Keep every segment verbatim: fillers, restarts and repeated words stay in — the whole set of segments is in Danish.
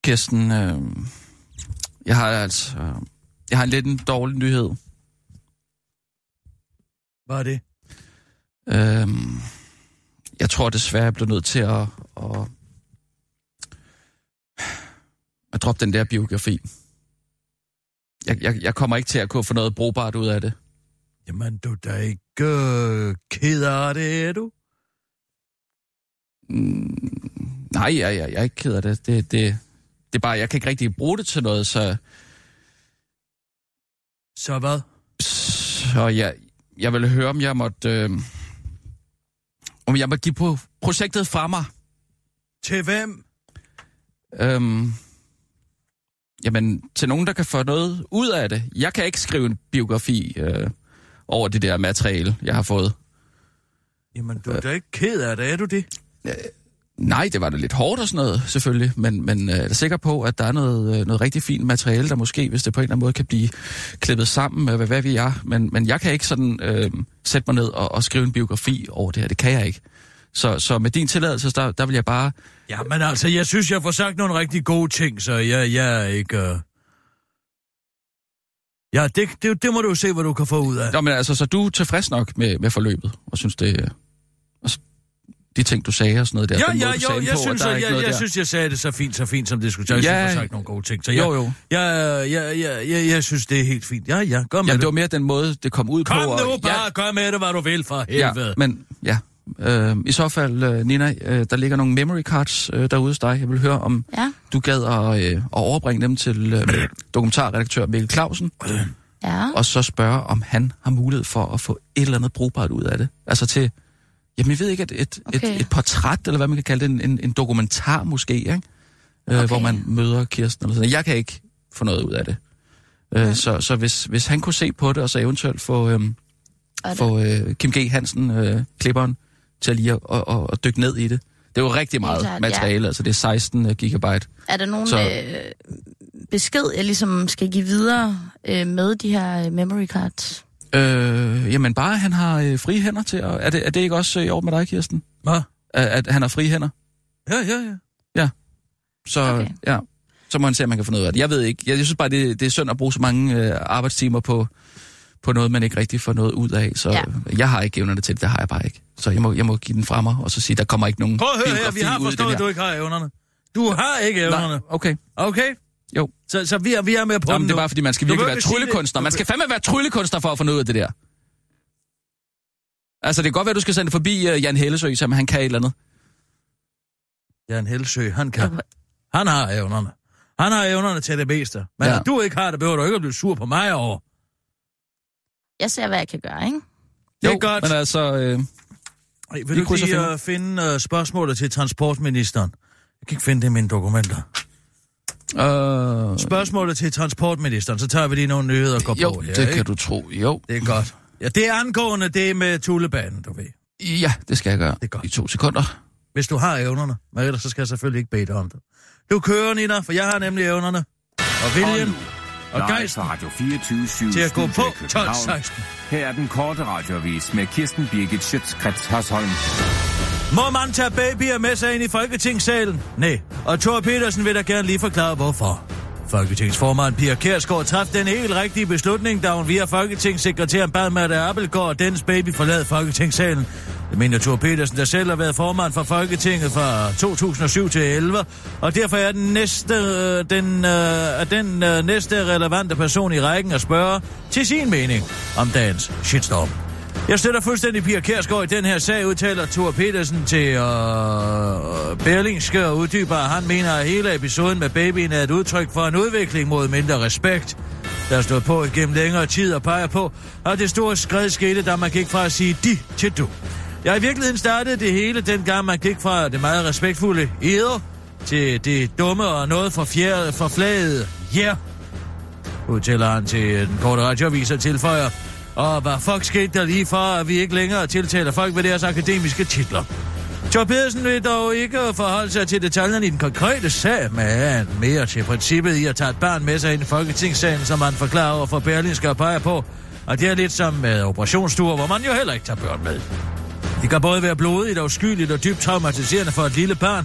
Kirsten, øh, jeg har altså... Øh, jeg har en lidt en dårlig nyhed. Hvad er det? Øh, jeg tror desværre, jeg bliver nødt til at... at at droppe den der biografi. Jeg, jeg, jeg kommer ikke til at kunne få noget brugbart ud af det. Jamen, du er da ikke øh, ked af det, er du? Mm, nej, jeg, jeg, jeg er ikke ked af det. Det, det. det er bare, jeg kan ikke rigtig bruge det til noget, så... Så hvad? Så jeg, jeg ville høre, om jeg måtte... Øh, om jeg måtte give på projektet fra mig. Til hvem? Øhm... Jamen, til nogen, der kan få noget ud af det. Jeg kan ikke skrive en biografi øh, over det der materiale, jeg har fået. Jamen, du er øh, da ikke ked af det, er du det? Øh, nej, det var da lidt hårdt og sådan noget, selvfølgelig. Men, men øh, jeg er sikker på, at der er noget, øh, noget rigtig fint materiale, der måske, hvis det på en eller anden måde kan blive klippet sammen med, hvad vi er. Men, men jeg kan ikke sådan øh, sætte mig ned og, og skrive en biografi over det her. Det kan jeg ikke. Så, så med din tilladelse, der, der vil jeg bare... Ja, men altså, jeg synes, jeg får sagt nogle rigtig gode ting, så jeg, jeg er ikke... Uh... Ja, det, det, det må du jo se, hvad du kan få ud af. Nå, men altså, så du er tilfreds nok med, med forløbet, og synes det... Altså, de ting, du sagde og sådan noget der. Ja, den ja, måde, jo, jeg, på, synes, jeg, jeg, jeg synes, jeg sagde det så fint, så fint, som det skulle tage. Jeg ja, synes, jeg sagt nogle gode ting. Så jeg, jo, jo. Jeg, jeg, jeg, jeg, jeg synes, det er helt fint. Ja, ja, gør med ja, det. det var mere den måde, det kom ud kom på. Kom nu og, bare, ja, gør med det, hvad du vil, for helvede. Ja, men ja... Øh, I så fald, øh, Nina, øh, der ligger nogle memory cards øh, derude hos dig. Jeg vil høre, om ja. du gad at, øh, at overbringe dem til øh, dokumentarredaktør Mikkel Clausen. Ja. Og så spørge, om han har mulighed for at få et eller andet brugbart ud af det. Altså til, jamen jeg ved ikke, et, et, okay. et, et portræt, eller hvad man kan kalde det, en, en, en dokumentar måske, ikke? Øh, okay. Hvor man møder Kirsten eller sådan. Jeg kan ikke få noget ud af det. Øh, ja. Så, så hvis, hvis han kunne se på det, og så eventuelt få, øh, få øh, Kim G. Hansen, øh, klipperen, til lige at, at, at, at dykke ned i det. Det er jo rigtig meget klart, materiale, ja. Altså det er seksten gigabyte. Er der nogen så... øh, besked, jeg ligesom skal give videre øh, med de her memory cards? Øh, jamen bare, han har øh, frie hænder til at... Er det, er det ikke også øh, i orden med dig, Kirsten? Hvad? At, at han har frie hænder? Ja, ja, ja. Ja. Så, okay. ja. Så må han se, om man kan få noget af det. Jeg ved ikke. Jeg, jeg synes bare, det, det er synd at bruge så mange øh, arbejdstimer på... på noget, man ikke rigtig får noget ud af. Så ja. Jeg har ikke evnerne til det, det har jeg bare ikke. Så jeg må, jeg må give den fra mig, og så sige, der kommer ikke nogen biografi ud af det. Prøv at høre her, vi har forstået, at du ikke har evnerne. Du har ikke evnerne. Nej, okay. Okay? Jo. Så, så vi, er, vi er med på Jamen, den det er bare, fordi man skal virkelig være tryllekunstner. Man skal fandme være tryllekunstner for at få noget ud af det der. Altså, det kan godt være, du skal sende forbi uh, Jan Hellesø, som han kan et eller andet. Jan Hellesø, han kan. Han har evnerne. Han har evnerne til det bedste. Men ja. At du ikke har det, behøver du ikke at blive sur på mig over. Jeg ser, hvad jeg kan gøre, ikke? Det er jo, godt. Men altså... Øh, Ej, vil du lige uh, finde uh, spørgsmålet til transportministeren? Jeg kan ikke finde det i mine dokumenter. Uh... Spørgsmålet til transportministeren, så tager vi lige nogle nyheder og går jo, på her, det ikke? kan du tro. Jo. Det er godt. Ja, det er angående det med Tulebanen, du ved. Ja, det skal jeg gøre. Det er godt. I to sekunder. Hvis du har evnerne, men ellers så skal jeg selvfølgelig ikke bede dig om det. Du kører, Nina, for jeg har nemlig evnerne. Og viljen. Og gejsten Radio fireogtyve syv til at gå på tolv seksten. Her er den korte radioavis med Kirsten Birgit Schøtz-Krets Hørsholm. Må man tage babyer med sig ind i Folketingssalen? Nej, og Thor Petersen vil da gerne lige forklare, hvorfor. Folketingsformand Pia Kjærsgaard træffede den helt rigtige beslutning, da hun via Folketingssekretæren bad Mette Abildgaard og dennes baby forlade Folketingssalen. Det mener Thor Petersen, der selv har været formand for Folketinget fra to tusind og syv til elleve, og derfor er den næste, den, øh, den øh, næste relevante person i rækken at spørge til sin mening om dagens shitstorm. Jeg støtter fuldstændig Pia Kjærsgaard i den her sag, udtaler Thor Petersen til øh, Berlingske og uddyber, at han mener, at hele episoden med babyen er et udtryk for en udvikling mod mindre respekt. Der er stået på igennem længere tid og peger på, at det store skred skete, da man gik fra at sige de til du. Jeg i virkeligheden startede det hele, dengang man gik fra det meget respektfulde eder til det dumme og noget for, fjerde, for flaget yeah, udtaler han til den korte radioavis og tilføjer. Og hvad fuck skete der lige for, at vi ikke længere tiltaler folk ved deres akademiske titler? Thor Pedersen vil dog ikke forholde sig til detaljerne i den konkrete sag, men mere til princippet i at tage et barn med sig ind i Folketingssalen, som man forklarer over for Berlingske og peger på. Og det er lidt som med operationsstuer, hvor man jo heller ikke tager børn med. Det kan både være blodigt og uskyldigt og dybt traumatiserende for et lille barn,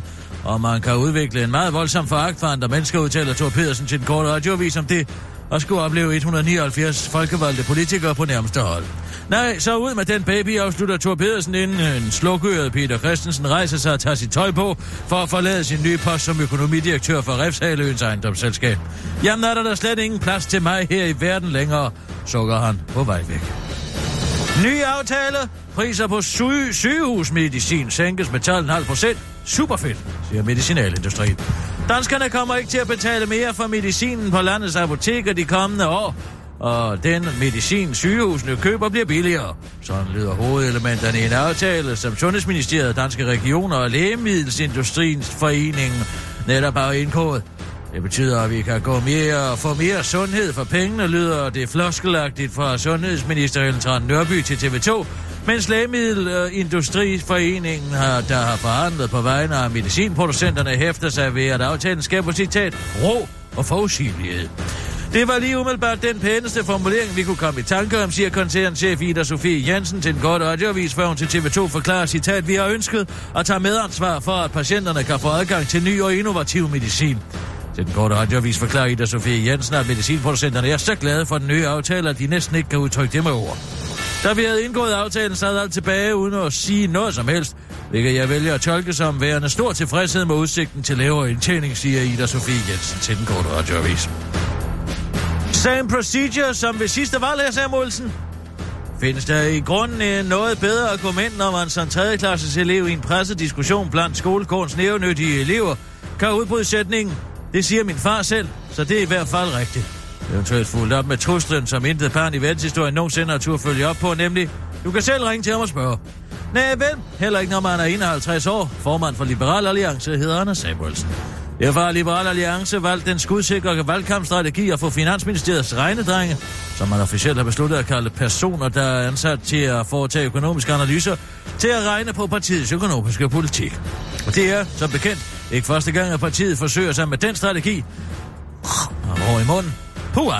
og man kan udvikle en meget voldsom foragt for andre mennesker, udtaler Thor Pedersen til den korte radioavis om det, og skulle opleve et hundrede nioghalvfjerds folkevalgte politikere på nærmeste hold. Nej, så ud med den baby, afslutter Thor Pedersen, inden en slukøret Peter Christensen rejser sig og tager sit tøj på for at forlade sin nye post som økonomidirektør for Refshaleøens ejendomsselskab. Jamen er der da slet ingen plads til mig her i verden længere, sukker han på vej væk. Nye aftale. Priser på syge, sygehusmedicin sænkes med tolv komma fem procent. Superfedt, siger medicinalindustrien. Danskerne kommer ikke til at betale mere for medicinen på landets apoteker de kommende år, og den medicin sygehusene køber bliver billigere. Sådan lyder hovedelementerne i en aftale, som Sundhedsministeriet, Danske Regioner og Lægemiddelsindustriens Forening netop har indgået. Det betyder, at vi kan gå mere og få mere sundhed for pengene, lyder det floskelagtigt fra sundhedsminister Ellen Trane Nørby til T V to, mens Lægemiddelindustriforeningen, har, der har forhandlet på vegne af medicinproducenterne, hæfter sig ved, at aftalen skaber citat ro og forudsigelighed. Det var lige umiddelbart den pæneste formulering, vi kunne komme i tanke om, siger koncernchef Ida Sofie Jensen til den korte radioavis, før hun til T V to forklarer citat, vi har ønsket at tage medansvar for, at patienterne kan få adgang til ny og innovativ medicin. Til den korte radioavis forklarer Ida Sofie Jensen, at medicinproducenterne er så glade for den nye aftale, at de næsten ikke kan udtrykke det med ord. Da vi havde indgået aftalen, sad alt tilbage uden at sige noget som helst, hvilket jeg vælger at tolke som værende stor tilfredshed med udsigten til lavere indtjening, siger Ida Sofie Jensen til den korte radioavis. Same procedure som ved sidste valg, her Samuelsen. Findes der i grunden noget bedre argument, når man som tredjeklasses elev i en pressediskussion blandt skolekårens nævnyttige elever kan udbryde sætningen, det siger min far selv, så det er i hvert fald rigtigt. Eventuelt fuldt op med truslen, som intet barn i verdenshistorien nogensinde har tur følge op på, nemlig, du kan selv ringe til ham og spørge. Nej vel, heller ikke når man er enoghalvtreds år. Formand for Liberal Alliance hedder Anders Samuelsen. Derfor har Liberal Alliance valgt den skudsikre valgkampstrategi at få Finansministeriets regnedrenge, som man officielt har besluttet at kalde personer, der er ansat til at foretage økonomiske analyser, til at regne på partiets økonomiske politik. Og det er, som bekendt, ikke første gang, at partiet forsøger sig med den strategi. Og hvor i munden. Puha!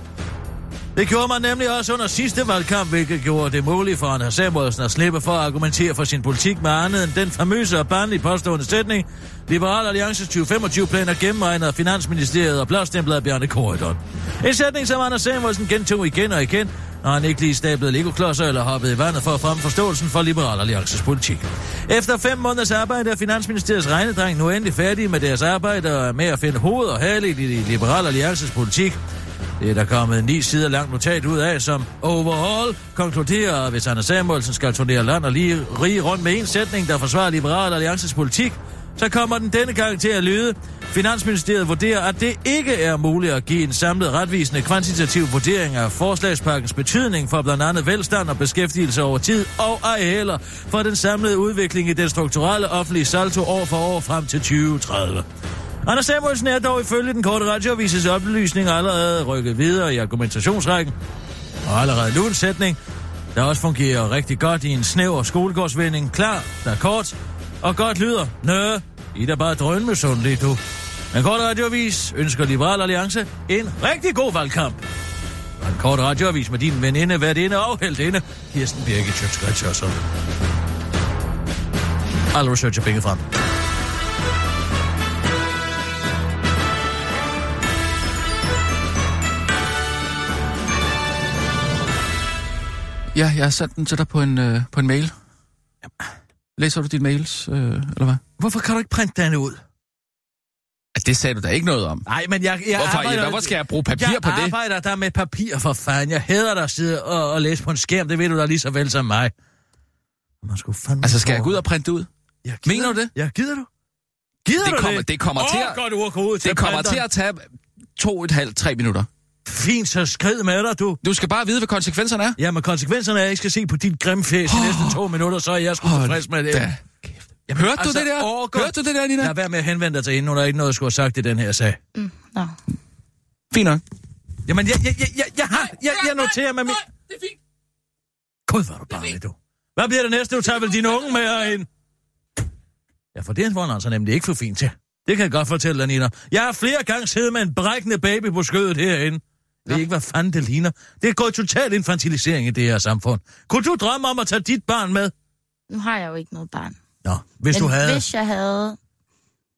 Det gjorde man nemlig også under sidste valgkamp, hvilket gjorde det muligt for Anders Samuelsen at slippe for at argumentere for sin politik med andet end den famøse og barnlige påstående sætning. Liberal Alliances tyve femogtyve-plan er gennemregnet af Finansministeriet og blåstemplet af Bjarne Corydon. En sætning, som Anders Samuelsen gentog igen og igen, når han ikke lige stablede legoklodser eller hoppede i vandet for at fremme forståelsen for Liberal Alliances politik. Efter fem måneders arbejde er Finansministeriets regnedreng nu endelig færdige med deres arbejde med at finde hoved og hale i Liberal Alliances politik. Det er der kommet ni sider langt notat ud af, som overall konkluderer, at hvis Anders Samuelsen skal turnere land og lige rige rundt med en sætning, der forsvarer Liberal Alliances politik, så kommer den denne gang til at lyde. Finansministeriet vurderer, at det ikke er muligt at give en samlet retvisende kvantitativ vurdering af forslagspakkens betydning for blandt andet velstand og beskæftigelse over tid, og ej heller for den samlede udvikling i den strukturelle offentlige saldo år for år frem til tyve tredive. Anders Samuelsen er dog ifølge den korte radioavises oplysning allerede rykket videre i argumentationsrækken, og allerede nu en sætning, der også fungerer rigtig godt i en snæver skolegårdsvending, klar, der er kort, og godt lyder, nø, I der bare drønmesundlige, du. Den korte radioavis ønsker Liberal Alliance en rigtig god valgkamp. Og en kort radioavis med din veninde, værtinde og heldinde, Kirsten Birgit Schøtz-Krets. Al research er penge frem. Ja, jeg har sendt den til dig på en, øh, på en mail. Læser du dine mails, øh, eller hvad? Hvorfor kan du ikke printe den ud? Det sagde du da ikke noget om. Nej, men jeg... jeg Hvorfor, arbejder, hvorfor skal jeg bruge papir jeg på det? Jeg arbejder der med papir, for fanden. Jeg hader dig at sidde og, og læse på en skærm. Det ved du da lige så vel som mig. Man skulle fandme altså, skal jeg gå ud og printe ud? Ja, mener du det? Ja, gider du? Gider det du kommer, det? Det kommer oh, til at... godt ord, ud det kommer til at tage to og et halvt, tre minutter. Fint, så skrid med dig, du. Du skal bare vide, hvad konsekvenserne er. Ja, men konsekvenserne er, at jeg ikke skal se på dit grimme fæs oh. i næsten to minutter, så er jeg sgu oh, tilfreds med det. Da. Jamen, Hørte altså, du det der? Åh, Hørte du det der, Nina? Lad være med at henvende dig til hende, når der er ikke noget, jeg skulle have sagt i den her sag. Mm, no. Fint nok. Jamen, jeg, jeg, jeg, jeg, jeg har... Jeg, jeg noterer med min... Det er fint. Gud, hvor er du barnlig, du. Hvad bliver det næste? Du tager vel dine unge med herinde? Ja, for det var han altså nemlig ikke for fint til. Det kan jeg godt fortælle dig, Nina. Jeg har flere gange siddet med en brækkende baby på skødet herinde. Det er ikke, hvad fanden det ligner. Det er gået totalt infantilisering i det her samfund. Kunne du drømme om at tage dit barn med? Nu har jeg jo ikke noget barn. Nå, hvis Men du havde... hvis jeg havde...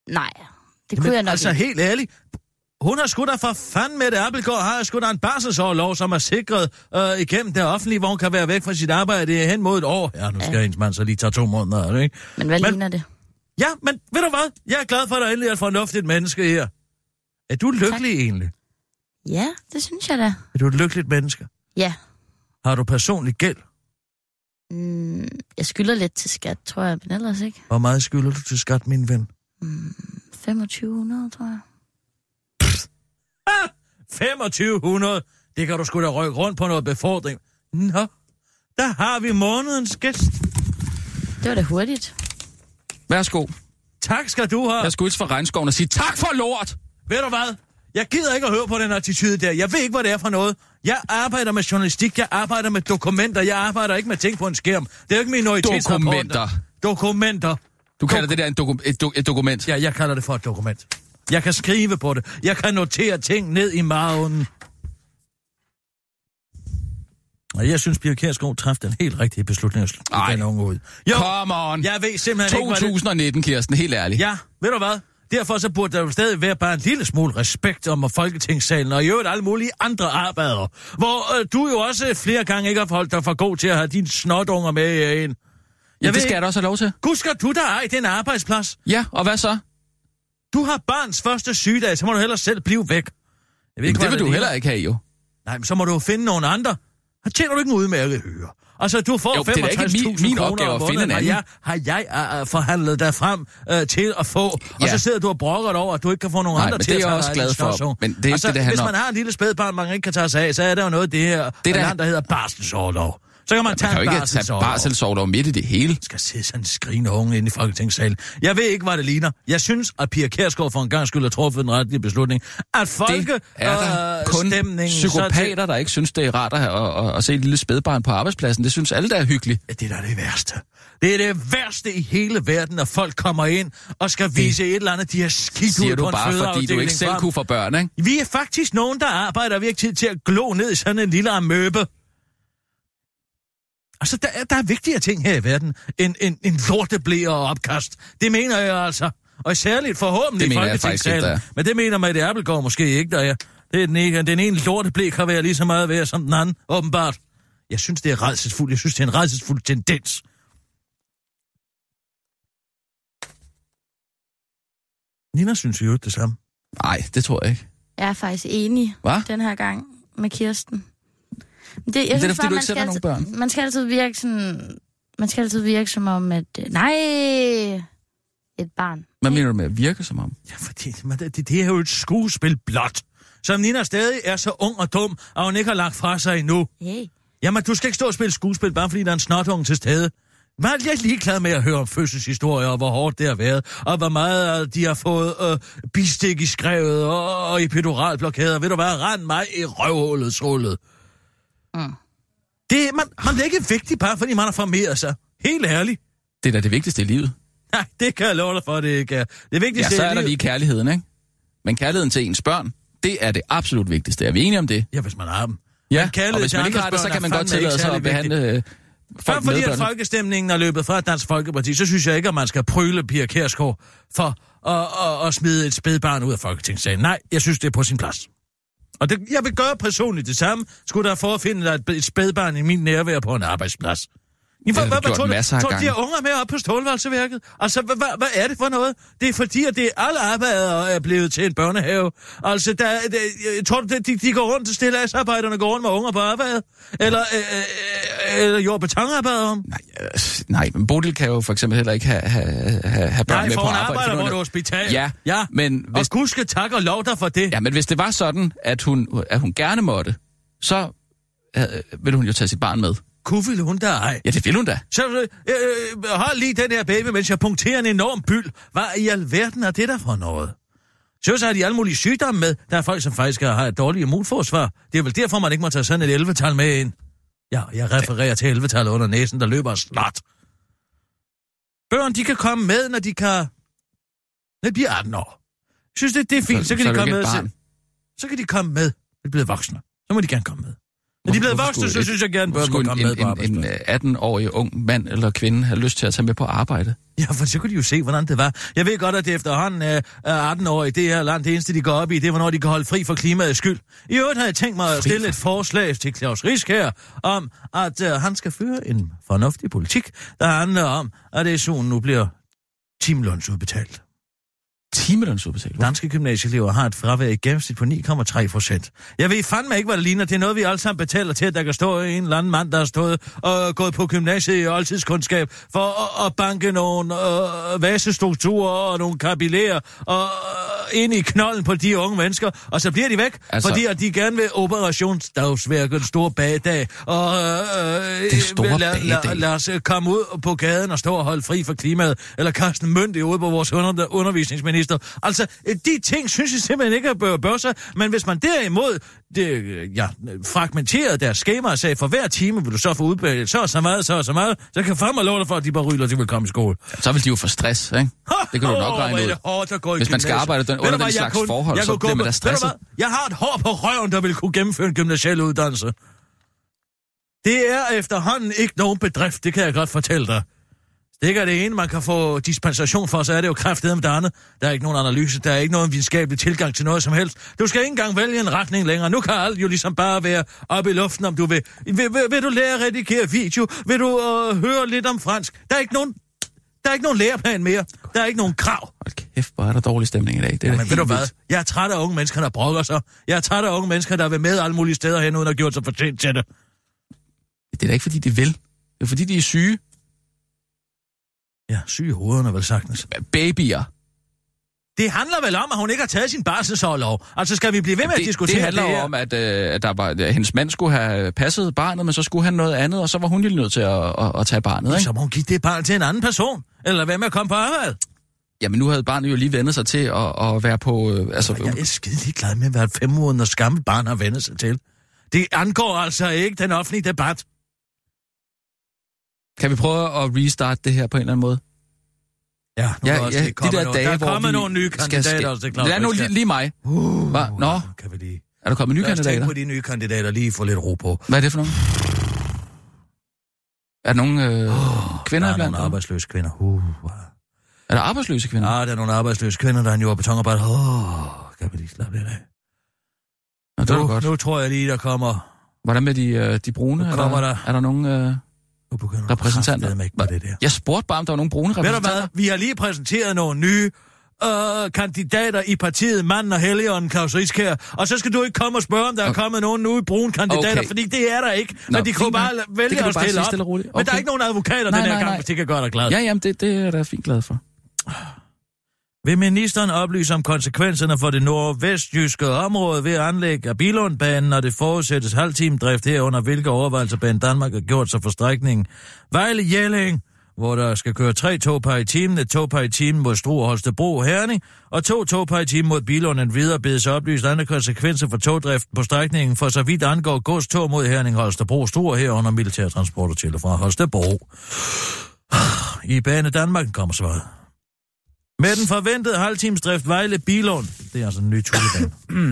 Nej, det kunne Men, jeg nok altså ikke. helt ærligt, hun har sgu da for fanden med det. Appelgaard har sgu da en barselsårlov, som er sikret øh, igennem det offentlige, hvor hun kan være væk fra sit arbejde hen mod et år. Ja, nu skal ja. hendes mand så lige tage to måneder, ikke? Men hvad men, ligner det? Ja, men ved du hvad? Jeg er glad for, at der endelig er et fornuftigt menneske her. Er du lykkelig tak. egentlig? Ja, det synes jeg da. Er du et lykkeligt menneske? Ja. Har du personlig gæld? Mm, jeg skylder lidt til skat, tror jeg, men ellers ikke. Hvor meget skylder du til skat, min ven? Mm, femogtyve hundrede, tror jeg. Ah, femogtyve hundrede? Det kan du sgu da rykke rundt på noget befordring. Nå, der har vi månedens gæst. Det var da hurtigt. Værsgo. Tak skal du have. Jeg skulle ud fra regnskoven og sige, tak for lort! Ved du hvad? Jeg gider ikke at høre på den attitude der. Jeg ved ikke, hvad det er for noget. Jeg arbejder med journalistik, jeg arbejder med dokumenter, jeg arbejder ikke med ting på en skærm. Det er jo ikke minoritetsrapporter. Dokumenter. Dokumenter. Du kalder Dok- det der en doku- et, do- et dokument? Ja, jeg kalder det for et dokument. Jeg kan skrive på det. Jeg kan notere ting ned i maven. Og jeg synes, Pia Kjærsgaard træffede den helt rigtige beslutning at slutte den unge ud. Jo, come on. Jeg ved simpelthen to tusind nitten, ikke, Kirsten, helt ærligt. Ja, ved du hvad? Derfor så burde der jo stadig være bare en lille smule respekt om Folketingssalen, og i øvrigt alle mulige andre arbejder, hvor øh, du jo også flere gange ikke har holdt dig for god til at have dine snotunger med ind. Ja, det skal jeg da også have lov til. Gud, skal du da ej den arbejdsplads? Ja, og hvad så? Du har barns første sygedag, så må du hellere selv blive væk. Jeg ved ikke, det vil det du heller ikke have, jo. Nej, men så må du jo finde nogle andre. Her tjener du ikke en udmærket høre. Altså, du får femogtres tusind kroner om måneden, har jeg, har jeg uh, forhandlet dig frem uh, til at få. Ja. Og så sidder du og brokker over, at du ikke kan få nogle Nej, andre til at tage dig. Nej, men det er jeg også glad for. Men det er altså, ikke det, det hvis handler man har en lille spædbarn, man ikke kan tage sig af, så er der jo noget af det her, det der, land, der hedder barselsorlov. Så kan man tage man kan en jo ikke tage barselsorlov midt i det hele. Skal sidde sådan en skrigende unge inde i Folketingssalen. Jeg ved ikke, hvad det ligner. Jeg synes, at Pia Kjærsgaard for en gang skulle have truffet den rettige beslutning. At folke det er der øh, kun stemningen, psykopater, der ikke synes, det er rart at, at, at, at se et lille spædbarn på arbejdspladsen. Det synes alle, der er hyggeligt. Ja, det er da det værste. Det er det værste i hele verden, når folk kommer ind og skal vise det et eller andet, de har skidt ud på en fødeafdeling. Siger du bare, fordi du ikke selv kunne få børn, ikke? Vi er faktisk nogen, der arbejder virkelig tid til at glo ned i sådan en lille amøbe. Altså, der er, der er vigtigere ting her i verden end en, en lorteblæ og opkast. Det mener jeg altså. Og særligt forhåbentlig i Folketingssalen. Men det mener Mette Appelgaard måske ikke, der er. Det er den, ene, den ene lorteblæ kan være lige så meget værd som den anden, åbenbart. Jeg synes, det er rædselsfuldt. Jeg synes, det er en rædselsfuld tendens. Nina synes jo ikke det samme. Nej, det tror jeg ikke. Jeg er faktisk enig Hva? den her gang med Kirsten. Det, jeg det er synes fordi, bare, du ikke sætter altid, nogen børn. Man skal altid virke sådan... Man skal altid virke som om, at... Nej! Et barn. Hvad mener du med at virke som om? Ja, fordi det, det, det er jo et skuespil blot. Som Nina stadig er så ung og dum, og hun ikke har lagt fra sig endnu. Hey. Jamen, du skal ikke stå og spille skuespil, bare fordi der er en snotunge til stede. Var jeg er ligeglad med at høre om fødselshistorier, og hvor hårdt det har været, og hvor meget de har fået øh, bistik i skrevet, og, og epiduralblokader. Ved du hvad, rend mig i røvhullet, trullet. Mm. Det, man, man er ikke vigtig, bare fordi man har formeret sig. Helt ærligt. Det er da det vigtigste i livet. Nej, det kan jeg love dig for, det ikke er. Det vigtigste ja, så er der livet... lige kærligheden, ikke? Men kærligheden til ens børn, det er det absolut vigtigste. Er vi enige om det? Ja, hvis man har dem. Ja, og hvis man ikke har det, så kan man godt tillade sig at behandle... Før fordi at folkestemningen er løbet fra Dansk Folkeparti, så synes jeg ikke, at man skal pryle Pia Kjærsgaard for at, at, at smide et spædbarn ud af Folketingssalen. Nej, jeg synes, det er på sin plads. Og det, jeg vil gøre personligt det samme, skulle der for at finde et, et spædbarn i min nærvær på en arbejdsplads. Det har du gjort masser af gange. Tog de unger med op på stålvalseværket? Altså, hvad, hvad, hvad er det for noget? Det er fordi, at det er alle arbejdere er blevet til en børnehave. Altså, der, der, jeg tror du, de, de går rundt til stilladsarbejderne, går rundt med unger på arbejde? Eller, øh, øh, eller jord- og betonarbejdere? Nej, øh, nej, men Bodil kan jo for eksempel heller ikke have, have, have børn nej, med på arbejde. Nej, for hun arbejder på et hospital. Ja, ja. Men hvis... Og Gud skal takke og lov dig for det. Ja, men hvis det var sådan, at hun, at hun gerne måtte, så øh, ville hun jo tage sit barn med. Kunne ville hun da ej? Ja, det vil hun da. Så øh, øh, hold lige den her baby, mens jeg punkterer en enorm byld. Hvad i alverden er det der for noget? Så så har de alle mulige sygdomme med. Der er folk, som faktisk har et dårligt immunforsvar. Det er vel derfor, man ikke må tage sådan et elleve-tal med ind. Ja, jeg refererer til elleve-tallet under næsen, der løber snart. Børn, de kan komme med, når de kan... Når de bliver atten år. Jeg synes, det, det er fint. Så, så kan så de komme med. Så, så kan de komme med. De er blevet voksne. Så må de gerne komme med. Men de er blevet voksne, så synes jeg gerne, børn må komme med på arbejdspladsen. En atten-årig ung mand eller kvinde have lyst til at tage med på arbejde. Ja, for så kunne de jo se, hvordan det var. Jeg ved godt, at det efterhånden er atten-årige. Det her land, det eneste, de går op i, det er, hvornår de kan holde fri for klimaets skyld. I øvrigt har jeg tænkt mig at stille et forslag til Claus Risk her, om at uh, han skal føre en fornuftig politik, der handler om, at S U'en nu bliver timelønsudbetalt. Timelønsudbetalt? Danske gymnasieelever har et fravær i gennemsnit på ni komma tre procent. Jeg ved fandme ikke, hvad det ligner. Det er noget, vi alle sammen betaler til, at der kan stå en eller anden mand, der har stået og gået på gymnasiet i oldtidskundskab for at, at banke nogle øh, vasestrukturer og nogle kapillærer og øh, ind i knolden på de unge mennesker, og så bliver de væk, altså, fordi at de gerne vil operationsdagsværke, den store bagdag, og øh, den store lad, bagdag. Lad, lad os komme ud på gaden og stå og holde fri for klimaet, eller kaste en mønt i ude på vores under, undervisningsminister. Altså, de ting synes jeg simpelthen ikke bør bør sig, men hvis man derimod det, ja, fragmenterer deres skema og sagde, for hver time vil du så få udbetalt så og så meget, så og så meget, så kan fandme love dig for, at de bare ryler, de vil komme i skole. Ja, så vil de jo få stress, ikke? Det kan du nok regne ud. Hårdt, hvis man skal arbejde den, under den slags kun, forhold, så bliver man da stresset. Jeg har et hår på røven, der vil kunne gennemføre en gymnasial uddannelse. Det er efterhånden ikke nogen bedrift, det kan jeg godt fortælle dig. Det ikke er det ene, man kan få dispensation for, så er det jo kræftet med det andet. Der er ikke nogen analyse, der er ikke nogen videnskabelig tilgang til noget som helst. Du skal ikke engang vælge en retning længere. Nu kan alt jo ligesom bare være oppe i luften, om du vil. Vil, vil, vil du lære at redigere video? Vil du uh, høre lidt om fransk? Der er ikke nogen, der er ikke nogen læreplan mere. Der er ikke nogen krav. Hold kæft, hvor er der dårlig stemning i dag. Det er men ved du hvad? Jeg er træt af unge mennesker, der brokker sig. Jeg er træt af unge mennesker, der vil med alle mulige steder hen, uden at have gjort sig fortjent til det. Det er da ikke, fordi de vil. Det er, fordi de er syge. Ja, syge hovederne vel sagtens. Babyer. Det handler vel om, at hun ikke har taget sin barselsorlov. Altså, skal vi blive ved med det, at diskutere det? Det handler jo om, at, øh, at, der var, at hendes mand skulle have passet barnet, men så skulle han noget andet, og så var hun jo nødt til at, at, at tage barnet, ikke? Så må hun give det barn til en anden person. Eller hvad med at komme på arbejde? Jamen, nu havde barnet jo lige vendt sig til at, at være på... Øh, altså, jeg er skide ligeglad med, hvad et fem måneders gammelt barn har vendt sig til. Det angår altså ikke den offentlige debat. Kan vi prøve at restarte det her på en eller anden måde? Ja, nu ja, er også ja, de der nogle, dage, der er kommet vi nogle nye kandidater. Skal... Også, det er klart, det er nu lige, lige mig. Uh, Hva? Nå, kan vi lige... er der kommet nye Lad os kandidater? tænke på de nye kandidater, lige få lidt ro på. Hvad er det for nogle? Er der nogle øh, oh, kvinder der er blandt? nogle arbejdsløse kvinder. Uh. Er der arbejdsløse kvinder? Ja, der er nogle arbejdsløse kvinder, der er en jord- og betonarbejder. Åh, oh, kan vi lige slappe lidt af. Nå, det er nu, godt. Nu tror jeg lige, der kommer... Hvordan med de, øh, de brune? Nu kommer er der, der... Er der nogle øh, repræsentanter? Ikke det der. Jeg spurgte bare, om der var nogle brune repræsentanter. Ved du hvad? Vi har lige præsenteret nogle nye øh, kandidater i partiet Manden og Helligånden, Claus Risk her. Og så skal du ikke komme og spørge, om der okay. er kommet nogen nye brune kandidater, okay. fordi det er der ikke. Nå, men de kunne bare vælge at stille op. Stille okay. Men der er ikke nogen advokater nej, den her nej, gang, nej. Hvis de kan gøre dig glad. Ja, jamen, det, det er jeg da fint glad for. Vil ministeren oplyse om konsekvenserne for det nordvestjyske område ved anlæg af Billundbanen, når det forudsættes halvtimedrift herunder, hvilke overvejelser Banen Danmark har gjort sig for strækningen Vejle-Jelling, hvor der skal køre tre togpar i timen, et togpar i timen mod Struer, Holstebro, Herning, og to togpar i timen mod Billund. En videre bedes oplyst andre konsekvenser for togdriften på strækningen, for så vidt angår godstog mod Herning, Holstebro, Struer, herunder militærtransporter til og fra Holstebro. I Bane Danmark kommer svaret. Med den forventede halvtimesdrift Vejle-Billund. Det er altså en ny Tullebane.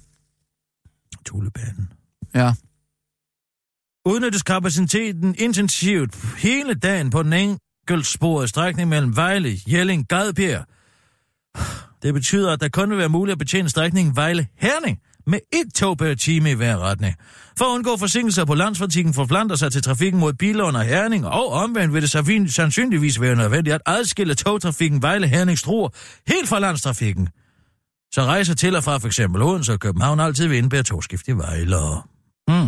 Tullebanen. Ja. Udnyttes kapaciteten intensivt hele dagen på den enkeltsporede strækning mellem Vejle, Jelling, Gadbjerg. Det betyder, at der kun vil være muligt at betjene strækningen Vejle-Herning med et tog per time i hver retning. For at undgå forsinkelser på landstrafikken forflander sig til trafikken mod Billund og Herning, og omvendt vil det sandsynligvis være nødvendigt at adskille togtrafikken Vejle-Herning-Struer helt fra landstrafikken. Så rejser til og fra for eksempel Odense og København altid vil indbære togskift i Vejle. Mm.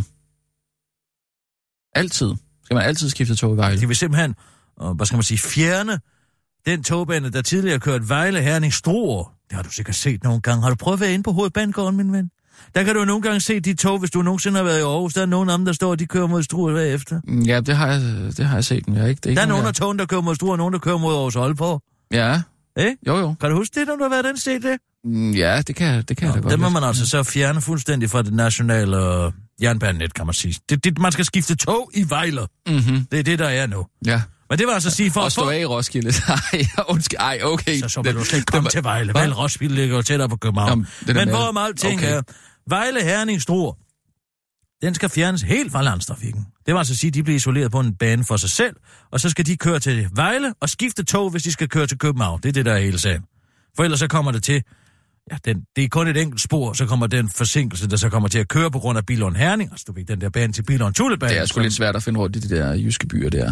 Altid. Skal man altid skifte tog i Vejle? De vil simpelthen, hvad skal man sige, fjerne den togbane, der tidligere kørte Vejle-Herning-Struer. Det har du sikkert set nogle gange. Har du prøvet at være inde på Hovedbanegården, min ven? Der kan du nogle gange se de tog, hvis du nogensinde har været i Aarhus. Der er nogen af dem, der står, og de kører mod Struer bagefter. Ja, det har jeg, det har jeg set, men jeg ikke. Det er ikke der er nogen jeg... af togen, der kører mod Struer, og nogen, der kører mod Aarhus Aalborg. Ja. Eh? Jo, jo. Kan du huske det, når du har været den set det? Ja, det kan, det kan Nå, jeg da godt. Det må man altså så fjerne fuldstændig fra det nationale uh, jernbanenet, kan man sige. Det, det, man skal skifte tog i Vejle. Mm-hmm. Det er det, der er nu. Ja. Men det var altså at sige for... Og stå af i Roskilde. Ej, undskyld. Ej, okay. Så, så vil du slet ikke komme til Vejle. Vel, Roskilde ligger jo tættere på København. Jamen, men hvor meget ting okay. er... Vejle, Herning, Struer. Den skal fjernes helt fra landstrafikken. Det vil altså sige, at de bliver isoleret på en bane for sig selv, og så skal de køre til Vejle og skifte tog, hvis de skal køre til København. Det er det, der er hele sagen. For ellers så kommer det til, ja, den, det er kun et enkelt spor, så kommer den forsinkelse, der så kommer til at køre på grund af Billund Herning, altså du ved, den der bane til Billund Tullebane. Det er sgu som... lidt svært at finde rundt i de der jyske byer der.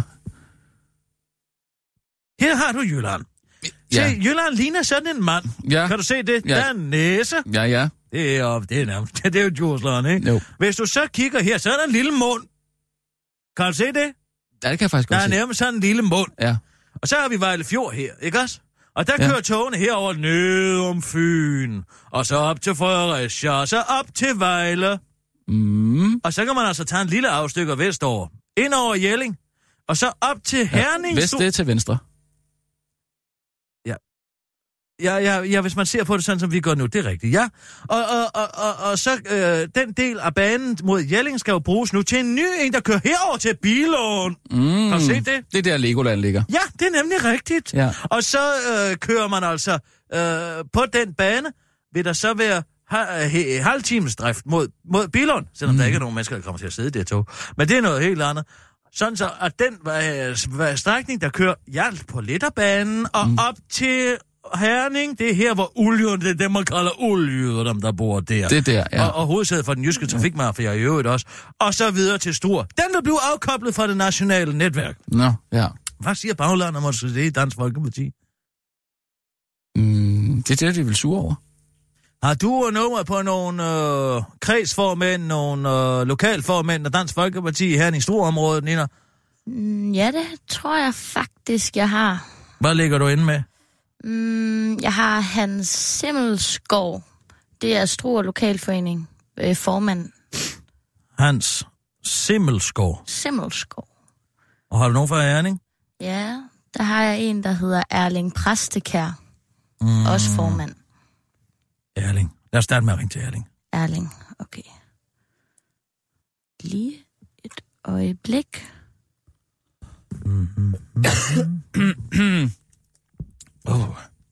Her har du Jylland. Ja. Se, Jylland ligner sådan en mand. Ja. Kan du se det? Ja. Der er en næse. Ja, ja. Det er, det er nærmest, det er jo Djursland, ikke? Jo. Hvis du så kigger her, så er der en lille mund. Kan du se det? Ja, det kan jeg faktisk der godt se. Der er nærmest sådan en lille mund. Ja. Og så har vi Vejle Fjord her, ikke også? Og der ja. kører togene herover ned om Fyn, og så op til Fredericia, og så op til Vejle. Mm. Og så kan man altså tage en lille afstykker vestover, ind over Jelling, og så op til Herning. Ja, vest det er til venstre. Ja, ja, ja, hvis man ser på det sådan, som vi gør nu, det er rigtigt, ja. Og, og, og, og, og så øh, den del af banen mod Jelling skal jo bruges nu til en ny en, der kører herover til Billund. Mm, kan du se det? Det er der Legoland ligger. Ja, det er nemlig rigtigt. Ja. Og så øh, kører man altså øh, på den bane, vil der så være ha- halvtimes drift mod, mod Billund, selvom mm. der ikke er nogen mennesker, der kommer til at sidde i det tog. Men det er noget helt andet. Sådan så, at den øh, strækning, der kører ja, på Letterbanen og mm. op til Herning, det er her, hvor olien, det er dem, man kalder oliejyder, dem der bor der. Det er der, ja. Og, og hovedsædet for den jyske trafikmafia i øvrigt også. Og så videre til Struer. Den vil blive afkoblet fra det nationale netværk. Nå, ja. Hvad siger baglandet, når det er i Dansk Folkeparti? Mm, det er det, de vil sure over. Har du nummer på nogle øh, kredsformænd, nogle øh, lokalformænd af Dansk Folkeparti i Herning-Struer-området, Nina? Mm, ja, det tror jeg faktisk, jeg har. Hvad ligger du inde med? Mm, jeg har Hans Simmelskov. Det er Struer Lokalforening. Øh, formand. Hans Simmelskov? Simmelskov. Og har du nogen fra Herning? Ja, der har jeg en, der hedder Erling Præstekær. Mm. Også formand. Erling. Lad os starte med at ringe til Erling. Erling, okay. Lige et øjeblik. Mm-hmm. Mm-hmm. oh.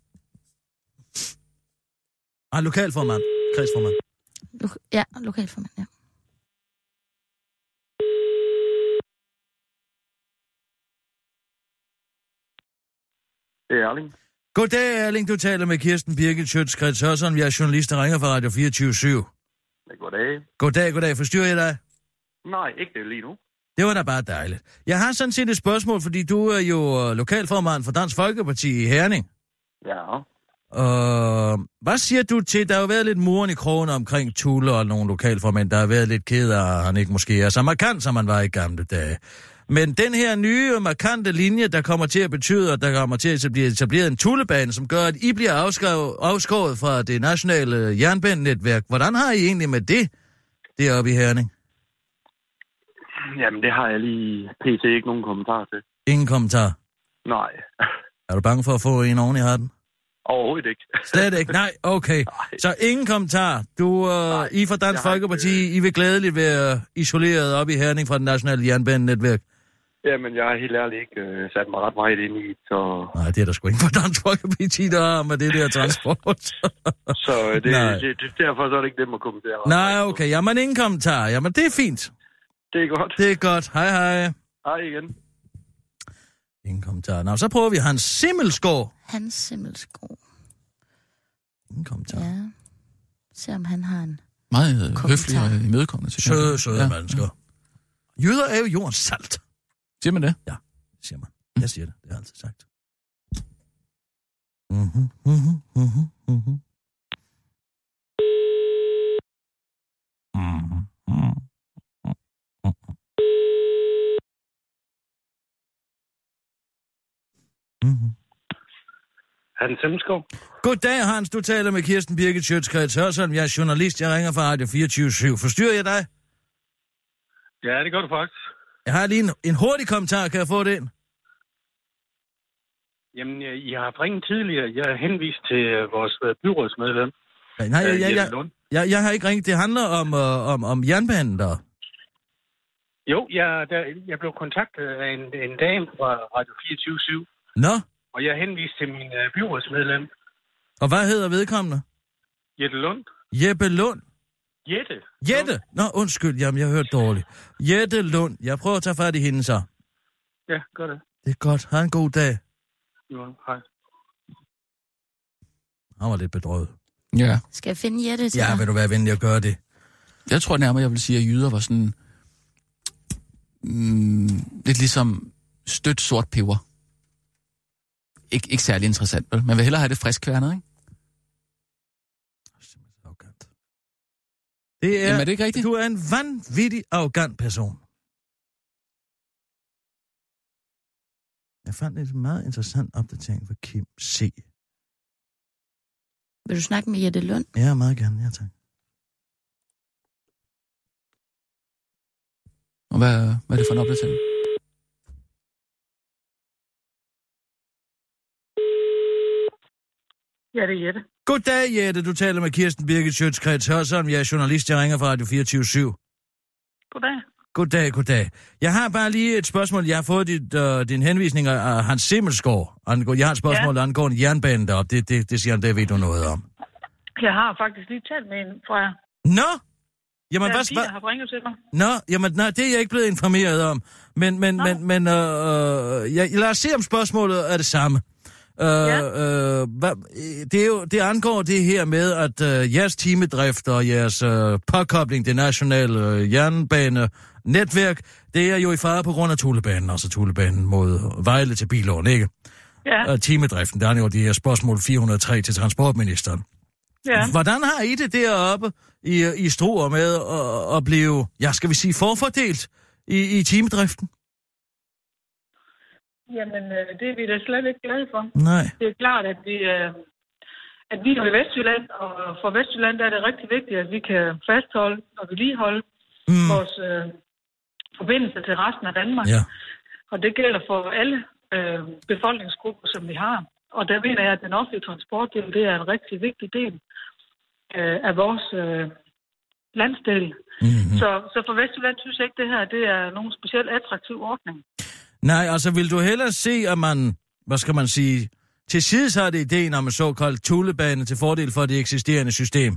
Ah, lokalformand. Kredsformand. Lo- ja, lokalformand, ja. Det er Erling. Goddag, Erling. Du taler med Kirsten Birgit Schøtz-Krets Hørsson. Jeg er journalist, der ringer fra Radio fireogtyve syv. Goddag. Goddag, goddag. Forstyrrer jeg dig? Nej, ikke det lige nu. Det var da bare dejligt. Jeg har sådan set et spørgsmål, fordi du er jo lokalformand for Dansk Folkeparti i Herning. Ja. Og hvad siger du til, der har jo været lidt muren i krogen omkring Tulle og nogle lokalformænd, der har været lidt ked af, at han ikke måske er så markant, som han var i gamle dage. Men den her nye, markante linje, der kommer til at betyde, at der kommer til at blive etableret en Tullebane, som gør, at I bliver afskåret, afskåret fra det nationale jernbanenetværk. Hvordan har I egentlig med det deroppe i Herning? Jamen, det har jeg lige pt. Ikke nogen kommentar til. Ingen kommentar? Nej. Er du bange for at få en oven i hatten? Overhovedet ikke. Slet ikke? Nej, okay. Nej. Så ingen kommentar. Du, uh, I fra Dansk Folkeparti, ikke... I vil glædeligt være isoleret op i Herning fra det nationale jernbanenetværk. Jamen, jeg har helt ærligt ikke uh, sat mig ret meget ind i, så... Nej, det er der sgu ikke fra Dansk Folkeparti, der har med det der transport. så det, det, det, derfor så er det ikke dem at kommentere. Nej, okay. Jamen, ingen kommentar. Jamen, det er fint. Det er godt. Det er godt. Hej, hej. Hej igen. Ingen kommentar. Nå, så prøver vi Hans Simmelskov. Hans Simmelskov. Ingen kommentar. Ja. Se om han har en meget øh, høflig og imødekommende. Søde, søde ja. mennesker. Jøder er jo jordens salt. Siger man det? Ja, siger man. Jeg siger det. Det har jeg altid sagt. Mhm, mhm, mhm, mhm. Mhm, mhm. Mm-hmm. Hans Simmelskov. Goddag, Hans. Du taler med Kirsten Birgit Schøtz-Krets Hørsson. Jeg er journalist. Jeg ringer fra Radio fireogtyve syv. Forstyrrer jeg dig? Ja, det gør du faktisk. Jeg har lige en, en hurtig kommentar. Kan jeg få det ind? Jamen, I har haft ringet tidligere. Jeg har henvist til vores byrådsmedlem. Ja, nej, jeg, jeg, jeg, jeg, jeg har ikke ringet. Det handler om, øh, om, om jernbanen der. Jo, jeg, der, jeg blev kontaktet af en, en dame fra Radio fireogtyve syv. Nå? Og jeg henviste til min øh, byrådsmedlem. Og hvad hedder vedkommende? Jeppe Lund. Jeppe Lund? Jette. Jette? Nå, undskyld, jamen jeg har hørt dårligt. Jette Lund. Jeg prøver at tage fat i hende så. Ja, gør det. Det er godt. Ha' en god dag. Jo, hej. Han var lidt bedrøvet. Ja. Skal jeg finde Jette til Ja, dig? vil du være venlig at gøre det? Jeg tror nærmere, jeg vil sige, at jyder var sådan... Mm, lidt ligesom stødt sort peber. Ik- ikke særlig interessant, vel? Man vil hellere have det friskværnet, ikke? Det er, Jamen, er det ikke rigtigt? Du er en vanvittig arrogant person. Jeg fandt en meget interessant opdatering fra Kim C. Vil du snakke med Jette Lund? Ja, meget gerne. Ja, tak. Og hvad, hvad er det for en opdatering? Ja, det er Jette. Goddag, Jette. Du taler med Kirsten Birgit Schøtz-Krets Hørsholm. Jeg er journalist, jeg ringer fra Radio fireogtyve syv. Goddag. Goddag, goddag. Jeg har bare lige et spørgsmål. Jeg har fået dit, uh, din henvisning af Hans Simmelsgaard. Jeg har et spørgsmål, ja. Der angår en jernbane deroppe. Det, det, det siger han, det ved du noget om. Jeg har faktisk lige talt med en fra jer. Nå! Jamen, Der hvad... er Pia, der har ringet til mig. Nå, jamen, nej, det er jeg ikke blevet informeret om. Men, men, Nå. men, men, øh, øh, jeg, lad os se, om spørgsmålet er det samme. Øh, Ja. øh, hvad, det, er jo, det angår det her med, at øh, jeres timedrift og jeres øh, påkobling, det nationale øh, jernbanenetværk, det er jo i fare på grund af Thulebanen, altså Thulebanen mod Vejle til Bilån, ikke? Ja. Og timedriften, der er jo de her spørgsmål fire hundrede og tre til transportministeren. Ja. Hvordan har I det deroppe i, i Struer med at, at blive, ja, skal vi sige, forfordelt i, i timedriften? Jamen, øh, det er vi da slet ikke glade for. Nej. Det er klart, at vi, øh, at vi er i Vestjylland, og for Vestjylland der er det rigtig vigtigt, at vi kan fastholde og vedligeholde mm. vores øh, forbindelse til resten af Danmark. Ja. Og det gælder for alle øh, befolkningsgrupper, som vi har. Og der mener jeg, at den offentlige transport, det er en rigtig vigtig del øh, af vores øh, landsdel. Mm-hmm. Så, så for Vestjylland synes jeg ikke, det her det er nogen specielt attraktiv ordning. Nej, altså vil du hellere se, at man, hvad skal man sige, til sides har det ideen om en såkaldt Thulebane til fordel for det eksisterende system?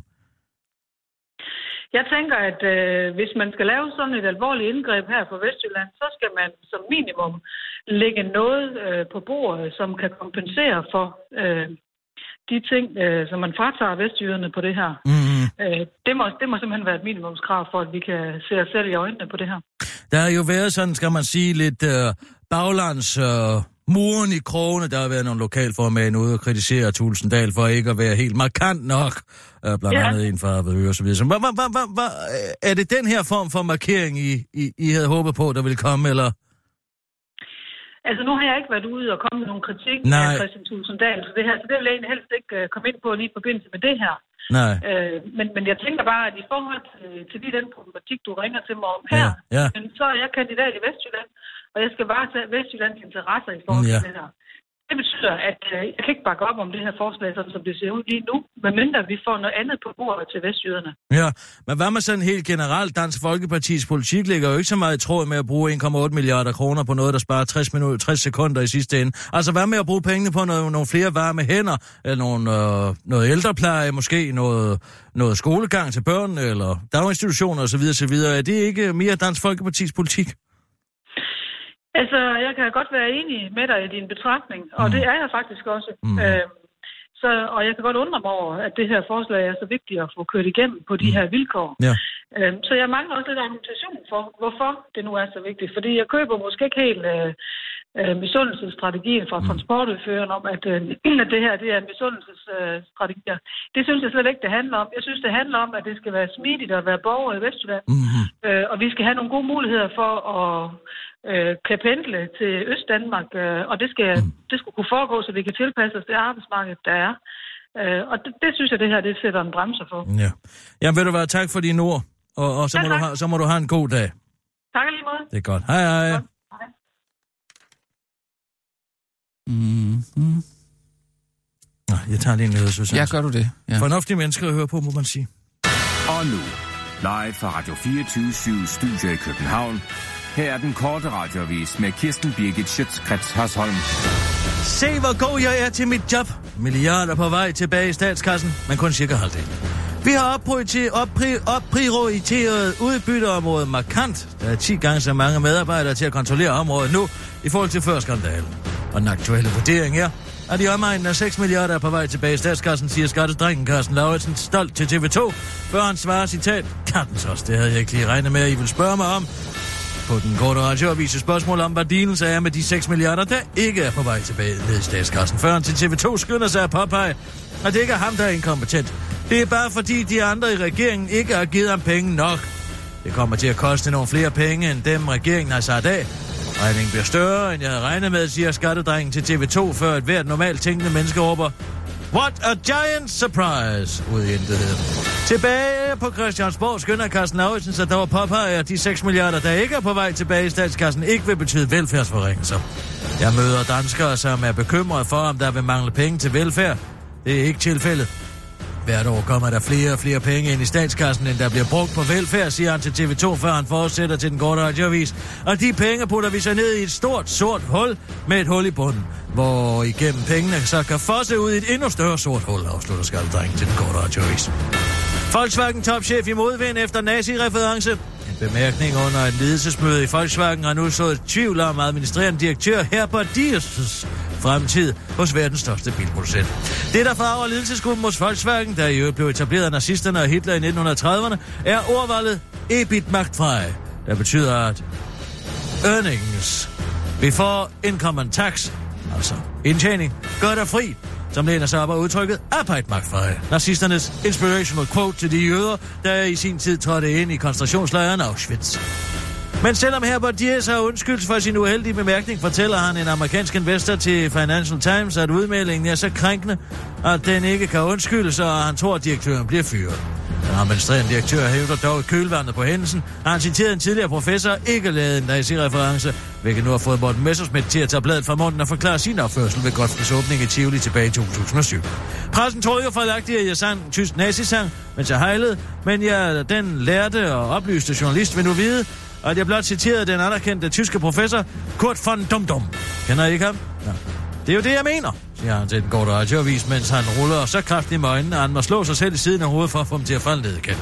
Jeg tænker, at øh, hvis man skal lave sådan et alvorligt indgreb her for Vestjylland, så skal man som minimum lægge noget øh, på bordet, som kan kompensere for øh, de ting, øh, som man fratager vestjyderne på det her. Mm-hmm. Øh, det, må, det må simpelthen være et minimumskrav for, at vi kan se os selv i øjnene på det her. Der har jo været sådan, skal man sige, lidt øh, baglands... Øh muren i krogene, der har været nogle lokalformænd ude og kritisere Tulsendal for ikke at være helt markant nok, øh, blandt ja. andet en fra Avedøre og så videre. Hva, hva, hva, hva, er det den her form for markering, I, I, I havde håbet på, der ville komme, eller? Altså, nu har jeg ikke været ude og komme med nogen kritik Nej. af Christian Tulsendal for det her, så det vil jeg egentlig helst ikke uh, komme ind på lige i forbindelse med det her. Nej. Øh, men, men jeg tænker bare, at i forhold til, til lige den problematik, du ringer til mig om her, ja. Ja. Men så er jeg kandidat i Vestjylland, og jeg skal bare tage Vestjyllands interesser i forhold til ja. det her. Det betyder, at øh, jeg kan ikke bakke op om det her forslag, sådan som det ser ud lige nu, medmindre vi får noget andet på bordet til vestjyderne. Ja, men hvad med sådan helt generelt? Dansk Folkepartis politik ligger jo ikke så meget i tråd med at bruge en komma otte milliarder kroner på noget, der sparer tres, minutter, tres sekunder i sidste ende. Altså hvad med at bruge pengene på noget, nogle flere varme hænder, eller nogle, øh, noget ældrepleje, måske noget, noget skolegang til børn, eller daginstitutioner osv. osv. Er det ikke mere Dansk Folkepartis politik? Altså, jeg kan godt være enig med dig i din betragtning, og mm. det er jeg faktisk også. Mm. Øh, så, og jeg kan godt undre mig over, at det her forslag er så vigtigt at få kørt igennem på de mm. her vilkår. Ja. Øh, så jeg mangler også lidt argumentation for, hvorfor det nu er så vigtigt. Fordi jeg køber måske ikke helt øh, øh, misundelsesstrategien fra mm. transportudføreren om, at, øh, at det her det er en misundelsesstrategi. Øh, det synes jeg slet ikke, det handler om. Jeg synes, det handler om, at det skal være smidigt at være borger i Vestjylland. Mm. Øh, og vi skal have nogle gode muligheder for at øh, kan pendle til Østdanmark, øh, og det skal, mm. det skal kunne foregå, så vi kan tilpasse os det arbejdsmarked, der er. Øh, og det, det synes jeg, det her det sætter en bremser for. Ja. Jamen, vil du være tak for dine ord, og, og så, ja, må du ha, så må du have en god dag. Tak lige måde. Det er godt. Hej, hej. Godt. Hej. Mm-hmm. Nå, jeg tager lige en nyhed, Susanne. Ja, gør du det. Ja. Fornuftige mennesker at høre på, må man sige. Og nu, live fra Radio fireogtyve syv Studio i København. Her er den korte radioavis med Kirsten Birgit Schøtz-Krets Hørsholm. Se, hvor god jeg er til mit job. Milliarder på vej tilbage i statskassen, men kun cirka halvdelen. Vi har opprioriteret, oppri, opprioriteret udbytteområdet markant. Der er ti gange så mange medarbejdere til at kontrollere området nu i forhold til før skandalen. Og den aktuelle vurdering er, at i omegnen af seks milliarder er på vej tilbage i statskassen, siger skattedrengen Carsten Lauritsen stolt til T V to, før han svarer citat, Cartens også, det havde jeg ikke lige regnet med, at I vil spørge mig om. På den korte radioavise spørgsmål om, hvad dealen er med de seks milliarder, der ikke er på vej tilbage ned i statskassen. Før han til T V to skynder sig at påpege, at det ikke er ham, der er inkompetent. Det er bare fordi, de andre i regeringen ikke har givet ham penge nok. Det kommer til at koste nogle flere penge, end dem regeringen har sat af. Regningen bliver større, end jeg havde regnet med, siger skattedrengen til T V to, før et hvert normalt tænkende menneske råber, what a giant surprise, ud i intetheden. Tilbage på Christiansborg skynder Carsten Lauritsen sig dog påpeger, at de seks milliarder, der ikke er på vej tilbage i statskassen, ikke vil betyde velfærdsforringelser. Jeg møder danskere, som er bekymrede for, om der vil mangle penge til velfærd. Det er ikke tilfældet. Hvert år kommer der flere og flere penge ind i statskassen, end der bliver brugt på velfærd, siger han til T V to, før han fortsætter til den korte radioavis. Og de penge putter vi så ned i et stort, sort hul med et hul i bunden, hvor igennem pengene så kan fosse ud i et endnu større sort hul, afslutter skattedrengen til den korte radioavis. Volkswagen topchef i modvind efter nazi-reference. En bemærkning under et ledelsesmøde i Volkswagen har nu sået tvivl om administrerende direktør Herbert Diers' fremtid hos verdens største bilproducent. Det, der farver ledelsesgruppen hos Volkswagen, der i øvrigt blev etableret af nazisterne og Hitler i nitten trediverne, er ordvalget EBIT magtfrej, der betyder, at earnings before income and tax, altså indtjening, gør dig fri, som læner sig op af udtrykket arbejdmagtfrej. Nazisternes inspirational quote til de jøder, der i sin tid trådte ind i koncentrationslejren Auschwitz. Men selvom Herbert Diers har undskyldt for sin uheldige bemærkning, fortæller han en amerikansk investor til Financial Times, at udmeldingen er så krænkende, at den ikke kan undskyldes, og han tror, at direktøren bliver fyret. Den administrerende direktør hævder dog i kølvandet på hændelsen, har han citeret en tidligere professor, ikke lavet en nazi-reference, hvilket nu har fået Morten Messerschmidt til at tage bladet fra munden og forklare sin opførsel ved Godfreds åbning i Tivoli tilbage i to tusind og syv. Pressen troede jo forlagtigt, at jeg sang en tysk nazisang, mens jeg hejlede, men jeg, den lærte og oplyste journalist, vil nu vide, at jeg blot citerede den anerkendte tyske professor Kurt von Dumdum. Kender I ikke ham? Ja. Det er jo det, jeg mener, siger han til den korte radioavis, mens han ruller så kraftigt med øjnene, at han må slå sig selv i siden af hovedet for at få dem til at falde ned igen.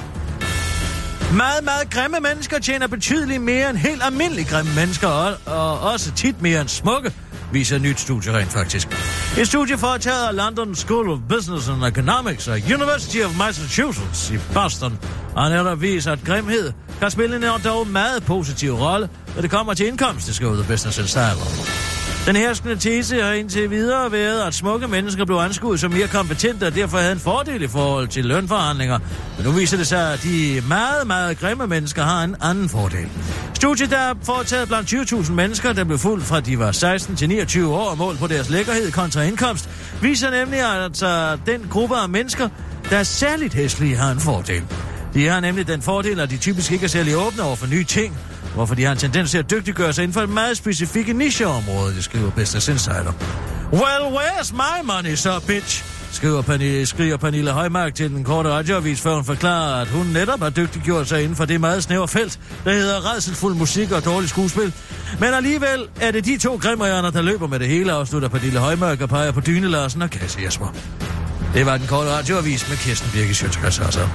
Meget, meget grimme mennesker tjener betydeligt mere end helt almindelige grimme mennesker, og, og også tit mere end smukke, viser et nyt studie rent faktisk. Et studie foretaget af London School of Business and Economics og University of Massachusetts i Boston, og netop viser, at grimhed kan spille en dog meget positiv rolle, når det kommer til indkomst, det skriver The Business Insider. Den herskende tese har indtil videre været, at smukke mennesker blev anskuet som mere kompetente, og derfor havde en fordel i forhold til lønforhandlinger. Men nu viser det sig, at de meget, meget grimme mennesker har en anden fordel. Studiet, der er foretaget blandt tyve tusind mennesker, der blev fuldt fra de var seksten til niogtyve år og målt på deres lækkerhed kontra indkomst, viser nemlig, at altså, den gruppe af mennesker, der er særligt hæslige, har en fordel. De har nemlig den fordel, at de typisk ikke er særlig åbne over for nye ting, hvorfor de har en tendens til at dygtiggøre sig inden for et meget specifikke nicheområde, det skriver Business Insider. Well, where's my money, so bitch? Skriver Pernille, skriver Pernille Højmark til den korte radioavis, før hun forklarer, at hun netop har dygtiggjort sig inden for det meget snævre felt, der hedder rædselsfuld musik og dårlig skuespil. Men alligevel er det de to grimrejerne, der løber med det hele, afslutter Pernille Højmark og peger på Dyne Larsen og Kasse Jesper. Det var den korte radioavis med Kirsten Birgit Schøtz-Krets altså.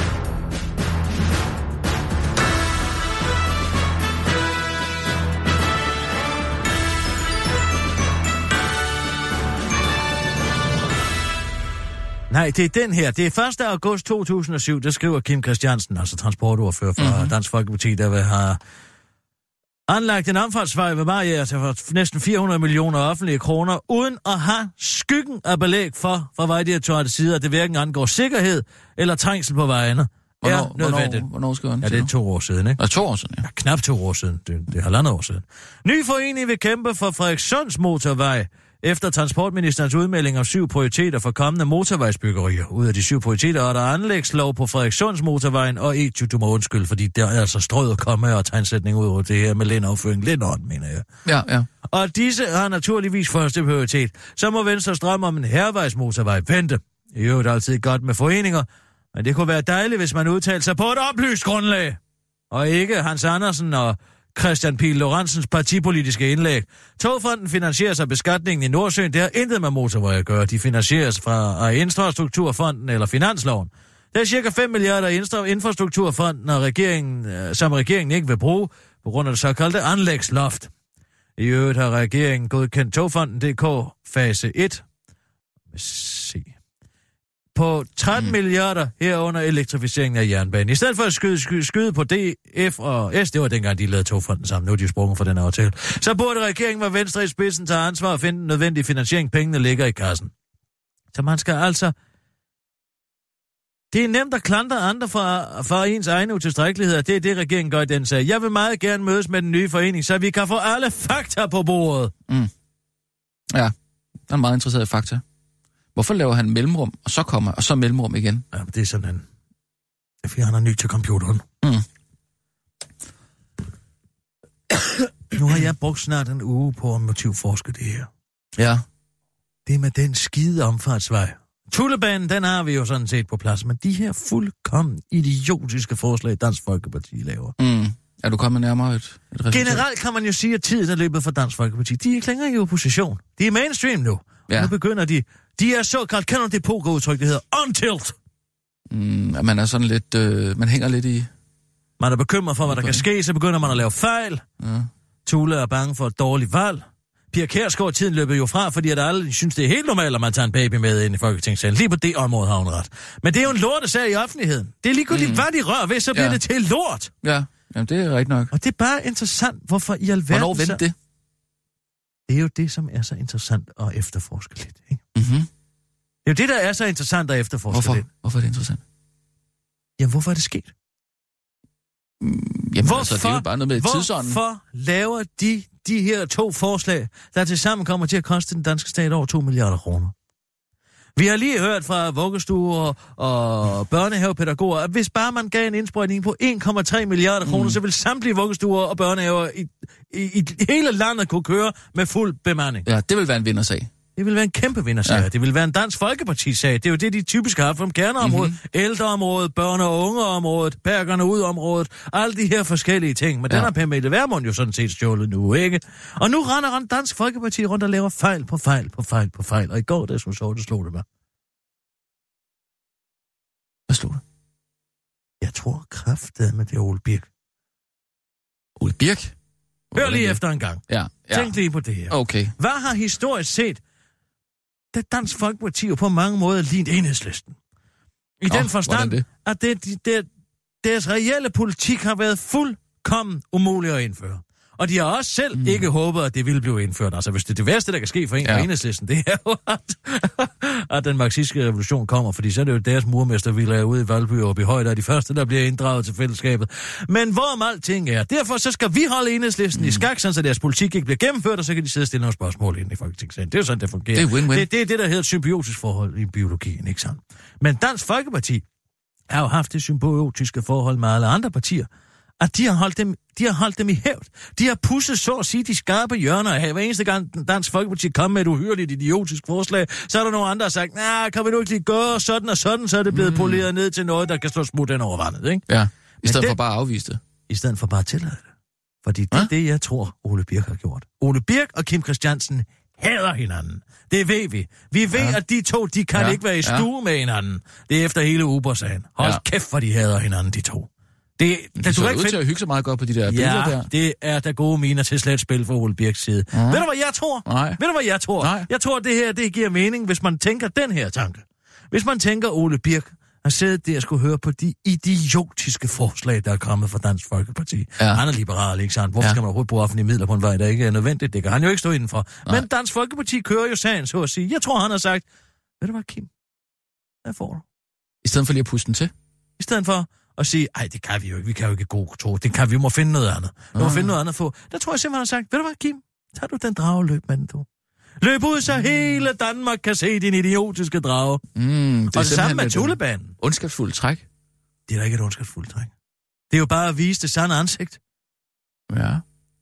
Nej, det er den her. Det er første august to tusind og syv, der skriver Kim Christiansen, altså transportordfører for mm-hmm. Dansk Folkeparti, der har anlagt en omfartsvej ved Mariager til for næsten fire hundrede millioner offentlige kroner, uden at have skyggen af belæg for, fra Vejdirektoratets side, at det hverken angår sikkerhed eller trængsel på vejene. Hvornår, hvornår, hvornår skal han? Ja, det er to år siden, ikke? Ja, to år siden, ja. ja knap to år siden. Det, det er halvandet år siden. Ny forening vil kæmpe for Frederikssunds motorvej, efter transportministerens udmelding om syv prioriteter for kommende motorvejsbyggerier. Ud af de syv prioriteter er der anlægslov på Frederikssunds motorvejen, og et, du må undskylde, fordi der er altså strød at komme og tegnsætning ud over det her med lænderafføring. Linderen, mener jeg. Ja, ja. Og disse har naturligvis første prioritet. Så må Venstre strømme om en hervejsmotorvej vente. I øvrigt altid godt med foreninger, men det kunne være dejligt, hvis man udtalte sig på et oplyst grundlag. Og ikke Hans Andersen og Christian Pihl Lorentzens partipolitiske indlæg. Togfonden finansieres af beskatningen i Nordsøen. Det har intet med motorvej at gøre. De finansieres fra Infrastrukturfonden eller Finansloven. Der er cirka fem milliarder i infrastrukturfonden, og regeringen, som regeringen ikke vil bruge, på grund af det såkaldte anlægsloft. I øvrigt har regeringen godkendt Togfonden punktum d k fase et. Se. På tretten mm. milliarder herunder elektrificeringen af jernbanen. I stedet for at skyde, skyde, skyde på D, F og S, det var dengang, de lavede Togfonden sammen, nu er de sprunget for den aftale, så burde regeringen med Venstre i spidsen tage ansvar og finde den nødvendige finansiering. Pengene ligger i kassen. Så man skal altså... Det er nemt at klandre andre for, for ens egne utilstrækkeligheder. Det er det, regeringen gør i den sag. Jeg vil meget gerne mødes med den nye forening, så vi kan få alle fakta på bordet. Mm. Ja, jeg er meget interesseret i fakta. Hvorfor laver han mellemrum, og så kommer, og så mellemrum igen? Ja, det er sådan en... Det er fordi, han er ny til computeren. Mm. Nu har jeg brugt snart en uge på at motivforske det her. Ja. Det er med den skide omfartsvej. Tullebanen, den har vi jo sådan set på plads, men de her fuldkommen idiotiske forslag, Dansk Folkeparti laver. Mm. Er du kommet nærmere et, et resultat? Generelt kan man jo sige, at tiden er løbet for Dansk Folkeparti. De er ikke længere i opposition. De er mainstream nu. Ja. Nu begynder de... De er såkaldt, kender det pokerudtryk, det hedder on-tilt. Mm, man er sådan lidt... Øh, man hænger lidt i... Man er bekymret for, hvad der kan ske, så begynder man at lave fejl. Ja. Tule er bange for et dårligt valg. Pia Kjærsgaard, tiden løber jo fra, fordi at alle synes, det er helt normalt, at man tager en baby med ind i Folketingssalen. Lige på det område har hun ret. Men det er jo en lortesag i offentligheden. Det er ligegyldigt, mm. hvad de rører ved, så bliver ja. det til lort. Ja, jamen det er rigtigt nok. Og det er bare interessant, hvorfor i alverden... Hvornår vendte det? Det er jo det, som er så interessant at efterforske lidt, ikke? Mhm. Det er jo det, der er så interessant at efterforske hvorfor? lidt. Hvorfor er det interessant? Jamen, hvorfor er det sket? Mm, jamen, hvorfor, altså, det er jo bare noget med tidsånden. Hvorfor laver de de her to forslag, der tilsammen kommer til at koste den danske stat over to milliarder kroner? Vi har lige hørt fra vuggestuer og børnehavepædagoger, at hvis bare man gav en indsprøjtning på en komma tre milliarder kroner, mm. så vil samtlige vuggestuer og børnehaver i, i, i hele landet kunne køre med fuld bemanding. Ja, det vil være en vindersag. Det vil være en kæmpe vindersag. Ja. Det vil være en Dansk Folkeparti-sag. Det er jo det, de typisk har fra kerneområdet, mm-hmm. ældreområdet, børne- og ungeområdet, perkerne ud-området, alle de her forskellige ting. Men ja. den har Pernille Vermund jo sådan set stjålet nu, ikke? Og nu render Dansk Folkeparti rundt og laver fejl på fejl på fejl på fejl. Og i går, det skulle så, det slog det mig. Hvad slog det? Jeg tror kraftedeme med det er Ole Birk. Ole Birk? Hør lige efter en gang. Ja, ja. Tænk lige på det her. Okay. Hvad har historisk set det Dansk Folkeparti jo på mange måder lignet Enhedslisten? I oh, den forstand, det? at det, det, deres reelle politik har været fuldkommen umulig at indføre. Og de har også selv mm. ikke håbet, at det ville blive indført. Altså, hvis det er det værste, der kan ske for en ja. fra Enhedslisten, det er jo, at, at den marxistiske revolution kommer, fordi så er det jo deres murmester, vi lader ud i Valby og oppe i Højde, og de første, der bliver inddraget til fællesskabet. Men hvorom alting er, derfor så skal vi holde Enhedslisten mm. i skak, så deres politik ikke bliver gennemført, og så kan de sidde og stille nogle spørgsmål ind i Folketingssalen. Det er jo sådan, det fungerer. Det er win-win. Det, det er det, der hedder et symbiotisk forhold i biologien, ikke sandt? Men Dansk Folkeparti har jo haft det symbiotiske forhold med alle andre partier, at de har holdt dem, de har holdt dem i hævd. De har pusset, så at sige, de skarpe hjørner af. Hver eneste gang Dansk Folkeparti kom med et uhyrligt idiotisk forslag, så er der nogle andre, der har sagt, nej, kan vi nu ikke lige gøre sådan og sådan, så er det blevet mm. poleret ned til noget, der kan slå smut den over vandet, ikke? Ja, i stedet det, for bare at afvise det. I stedet for bare at tillade det. Fordi det er ja? det, jeg tror, Ole Birk har gjort. Ole Birk og Kim Christiansen hader hinanden. Det ved vi. Vi ved, ja. at de to, de kan ja. ikke være i stue ja. med hinanden. Det er efter hele Uber-sagen. Hold ja. kæft, hvor de hader hinanden, de to. Det, de så ud find... til at hygge så meget godt på de der billeder ja, der. det er der gode miner til slet spil for Ole Birks side. Uh-huh. Ved du, hvad jeg tror? Nej. Ved du, hvad jeg tror? Nej. Jeg tror, at det her, det giver mening, hvis man tænker den her tanke. Hvis man tænker, Ole Birk har siddet der og skulle høre på de idiotiske forslag, der er kommet fra Dansk Folkeparti. Ja. Han er liberal, ikke sandt? Hvorfor ja. skal man overhovedet bruge offentlige midler på en vej, der ikke er nødvendigt? Det kan han jo ikke stå indenfor. Nej. Men Dansk Folkeparti kører jo sagen, så at sige. Jeg tror, han har sagt, ved du hvad, Kim? Hvad får du? I stedet for lige at puste den til? I stedet for og sige, ej, det kan vi jo ikke, vi kan jo ikke gå to, det kan vi, vi må finde noget andet. Vi må uh-huh. finde noget andet få. Der tror jeg simpelthen, har sagt, ved du hvad, Kim, tager du den drageløb, mand, du. Løb ud, så hele Danmark kan se din idiotiske drage. Mm, det og sammen med Tullebanen. Ondskabsfuldt træk. Det er da ikke et ondskabsfuldt træk. Det er jo bare at vise det sande ansigt. Ja.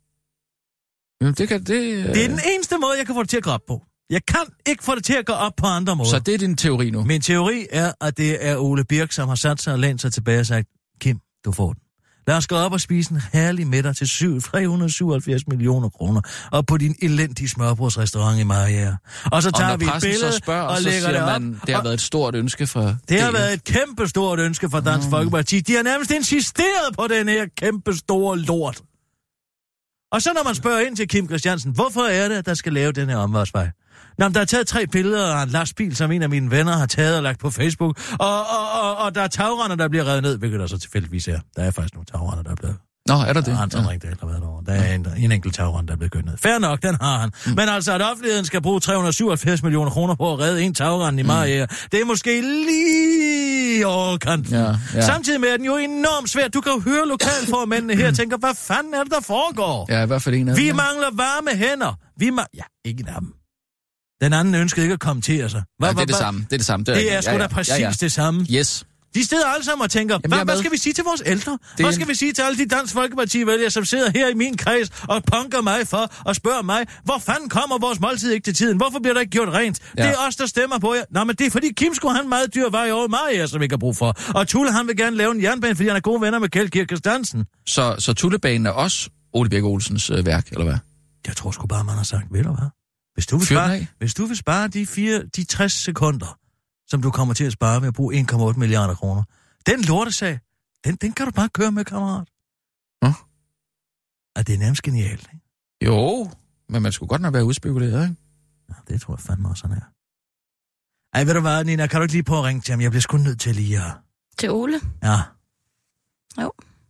Jamen, det kan det... Det er den eneste måde, jeg kan få det til at gå op på. Jeg kan ikke få det til at gå op på andre måder. Så det er din teori nu? Min teori er, at det er Ole Birk, som har sat sig og lænt sig tilbage og sagt, Kim, du får den. Lad os gå op og spise en herlig middag til tre hundrede og syvoghalvfjerds millioner kroner, og på din elendige smørbrødsrestaurant i Mariager. Og så tager og vi et billede spørger, og lægger det op. Man, det har været et stort ønske fra... Det har været et kæmpe stort ønske fra Dansk mm. Folkeparti. De har nærmest insisteret på den her kæmpe store lort. Og så når man spørger ind til Kim Christiansen, hvorfor er det, at der skal lave den her omfartsvej? Nå, der er taget tre billeder af en lastbil, som en af mine venner har taget og lagt på Facebook, og, og, og, og der er tagrender, der bliver revet ned, hvilket der så tilfældigvis er. Der er faktisk nogle tagrender, der er blevet... Nå, er der det? Der er han sådan ja. Eller hvad derovre. Der er en, en enkelt tagrende, der er blevet kørt ned. Fair nok, den har han. Mm. Men altså, at offentligheden skal bruge tre hundrede og syvoghalvfjerds millioner kroner på at redde en tagrende i Mariager, mm. det er måske lige overkanten. Ja, ja. Samtidig med, at den jo enormt svært. Du kan jo høre lokalformændene her og tænker, hvad fanden er det, der foregår? Ja, i hvert fald en af dem. Vi mangler varme hænder. Vi ma- ja, ikke af dem. Den anden ønskede ikke at kommentere sig. Hva, ja, det er det samme. Det er det samme. Det er, det er sgu ja, ja. da præcis ja, ja. det samme. Yes. De steder alle sammen og tænker, Jamen, hvad, hvad skal vi sige til vores ældre? Hvad en... skal vi sige til alle de Dansk Folkeparti-vælgere, som sidder her i min kreds og punker mig for og spørger mig, hvor fanden kommer vores måltid ikke til tiden? Hvorfor bliver der ikke gjort rent? Ja. Det er os, der stemmer på jer. Nå, men det er fordi Kim skulle have en meget dyr vej over Mariager, som ikke har brug for. Og Tulle, han vil gerne lave en jernbane, fordi han er gode venner med Kjeld Kirk Christiansen. Så, så Tullebanen er også Ole Birk Olsens øh, værk, eller hvad? Jeg tror sgu bare, man har sagt, ved du hvad? Hvis du vil spare, hvis du vil spare de, fire, de tres sekunder, som du kommer til at spare ved at bruge en komma otte milliarder kroner, den lortesag, den, den kan du bare køre med, kammerat. Nå? Er det nærmest genialt, ikke? Jo, men man skulle godt nok være udspekuleret, ikke? Ja, det tror jeg fandme også, sådan er. Ej, ved du hvad, Nina, kan du ikke lige prøve at ringe til ham? Jeg bliver sgu nødt til lige at... Til Ole? Ja. Jo.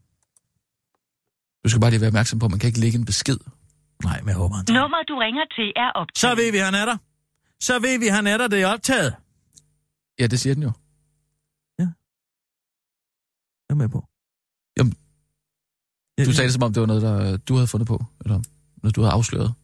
Du skal bare lige være opmærksom på, at man kan ikke lægge en besked. Nej, men jeg håber, han tager. Nummer, du ringer til, er optaget. Så ved vi, han er der. Så ved vi, han er der, det er optaget. Ja, det siger den jo. Ja. Jeg er med på. Jamen, du sagde det, som om det var noget, der du havde fundet på, eller noget, du havde afsløret.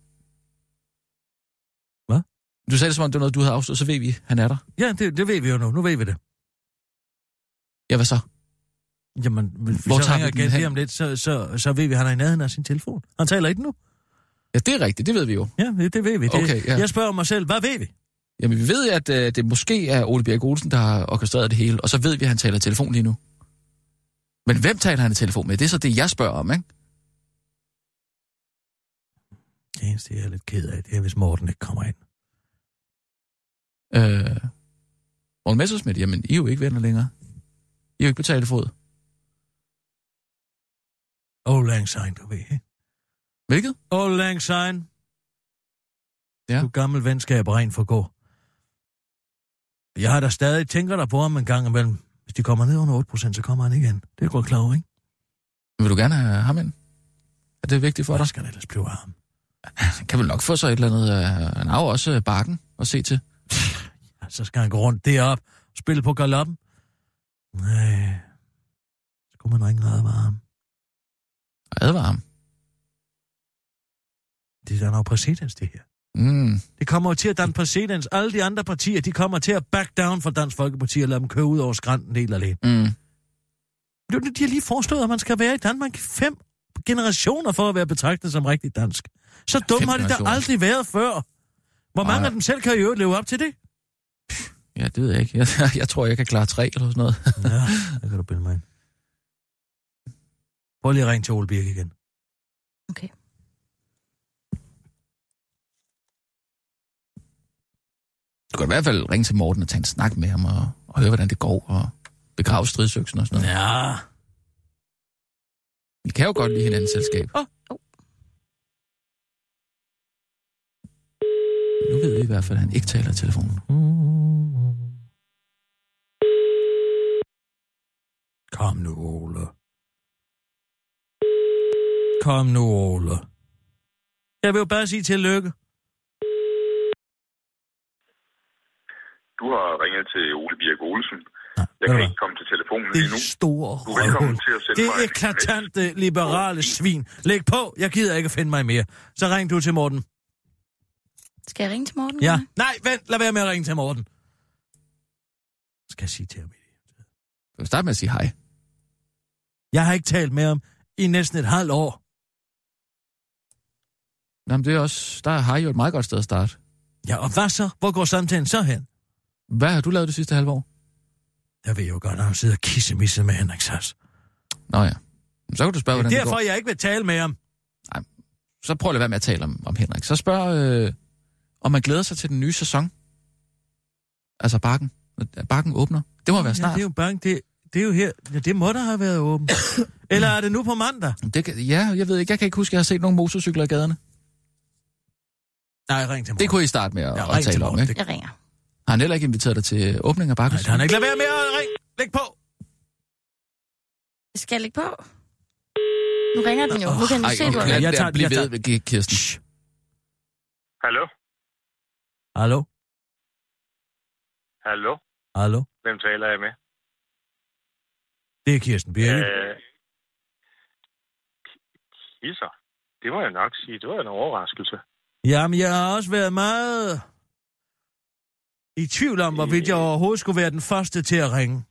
Hvad? Du sagde det, som om det var noget, du havde afsløret, så ved vi, han er der. Ja, det, det ved vi jo nu. Nu ved vi det. Ja, hvad så? Jamen, hvis Hvor så ringer igen lige om lidt, så, så, så ved vi, at han er i nærheden af sin telefon. Han taler ikke nu. Ja, det er rigtigt, det ved vi jo. Ja, det, det ved vi. Det, okay, ja. Jeg spørger mig selv, hvad ved vi? Jamen, vi ved, at øh, det måske er Ole Birk Olsen, der har orkestreret det hele, og så ved vi, at han taler i telefon lige nu. Men hvem taler han i telefon med? Det er så det, jeg spørger om, ikke? Det eneste, jeg er lidt ked af, det er, hvis Morten ikke kommer ind. Øh, Morten Messerschmidt, jamen, I er jo ikke venner længere. I er jo ikke betalt fod. Old Lang Syne, du ved, ikke? Hvilket? Old Lang Syne. Ja. Du gammel venskab rent for gå. Jeg har da stadig tænker der på ham en gang imellem. Hvis de kommer ned under otte procent, så kommer han igen. Det er godt klar over, ikke? Vil du gerne have ham ind? Er det vigtigt for dig? Hvad skal det ellers blive af ham? Han kan vel nok få sig et eller andet... Uh, han har jo også Bakken at se til. Ja, så skal han gå rundt derop og spille på galoppen. Nej. Så kunne man ringe og advare ham. Advare ham? Det er jo præcedens, det her. Mm. Det kommer jo til at danne præcedens. Alle de andre partier, de kommer til at back down for Dansk Folkeparti og lade dem køre ud over skrænten helt alene. Mm. De har lige foreslået, at man skal være i Danmark i fem generationer for at være betragtet som rigtig dansk. Så dumme har de da aldrig været før. Hvor mange Ej. af dem selv kan jo leve op til det? Ja, det ved jeg ikke. Jeg, jeg tror, jeg kan klare tre eller sådan noget. Ja, det kan du bilde mig ind. Prøv lige at ringe til Ole Birk igen. Okay. Du kan i hvert fald ringe til Morten og tage en snak med ham og, og høre, hvordan det går, og begrave stridsøksen og sådan noget. Ja. Vi kan jo godt lide hinandens selskab. Oh. Oh. Nu ved vi i hvert fald, at han ikke taler i telefonen. Kom nu, Ole. Kom nu, Ole. Jeg vil jo bare sige tillykke. Du har ringet til Ole Birk Olsen. Nej, jeg kan ikke komme til telefonen lige nu. Det er store Du er velkommen til at sende Det er eklatante liberale svin. Læg på, jeg gider ikke at finde mig mere. Så ring du til Morten. Skal jeg ringe til Morten? Ja. Nej, vent, lad være med at ringe til Morten. Skal jeg sige til ham? Du kan starte med at sige hej. Jeg har ikke talt med ham i næsten et halvt år. Jamen, det er også... Der er hej jo et meget godt sted at starte. Ja, og hvad så? Hvor går samtalen så hen? Hvad har du lavet det sidste halve år? Jeg ved jo godt, at han sidder og kissemisse med Henrik Sass. Nå ja. Så kan du spørge, hvordan det det er går. derfor, jeg ikke vil tale med ham. Nej, så prøv at lade være med at tale om, om Henrik. Så spørg, øh, om man glæder sig til den nye sæson. Altså Bakken. Bakken åbner. Det må være snart. Ja, det er jo Bakken. Det, det er jo her. Ja, det må der have været åbent. Eller er det nu på mandag? Det kan, ja, jeg ved ikke. Jeg kan ikke huske, at jeg har set nogle motorcykler i gaderne. Nej, ring til morgen. Det kunne I starte med at, ja, at tale om, ikke? Jeg ringer. Har han heller ikke inviteret dig til åbning af Bakken? Nej, han har ikke lade være med at ringe. Læg på. Skal jeg lægge på? Nu ringer den jo. Nu kan du Ej, se, du har okay, ringet. jeg tager- Bliv jeg tager- ved, Kirsten. Shh. Hallo? Hallo? Hallo? Hallo? Hvem taler jeg med? Det er Kirsten Birgit. Øh, Kisser. Det må jeg nok sige. Det var en overraskelse. Jamen, jeg har også været meget i tvivl om, hvorvidt jeg overhovedet skulle være den første til at ringe.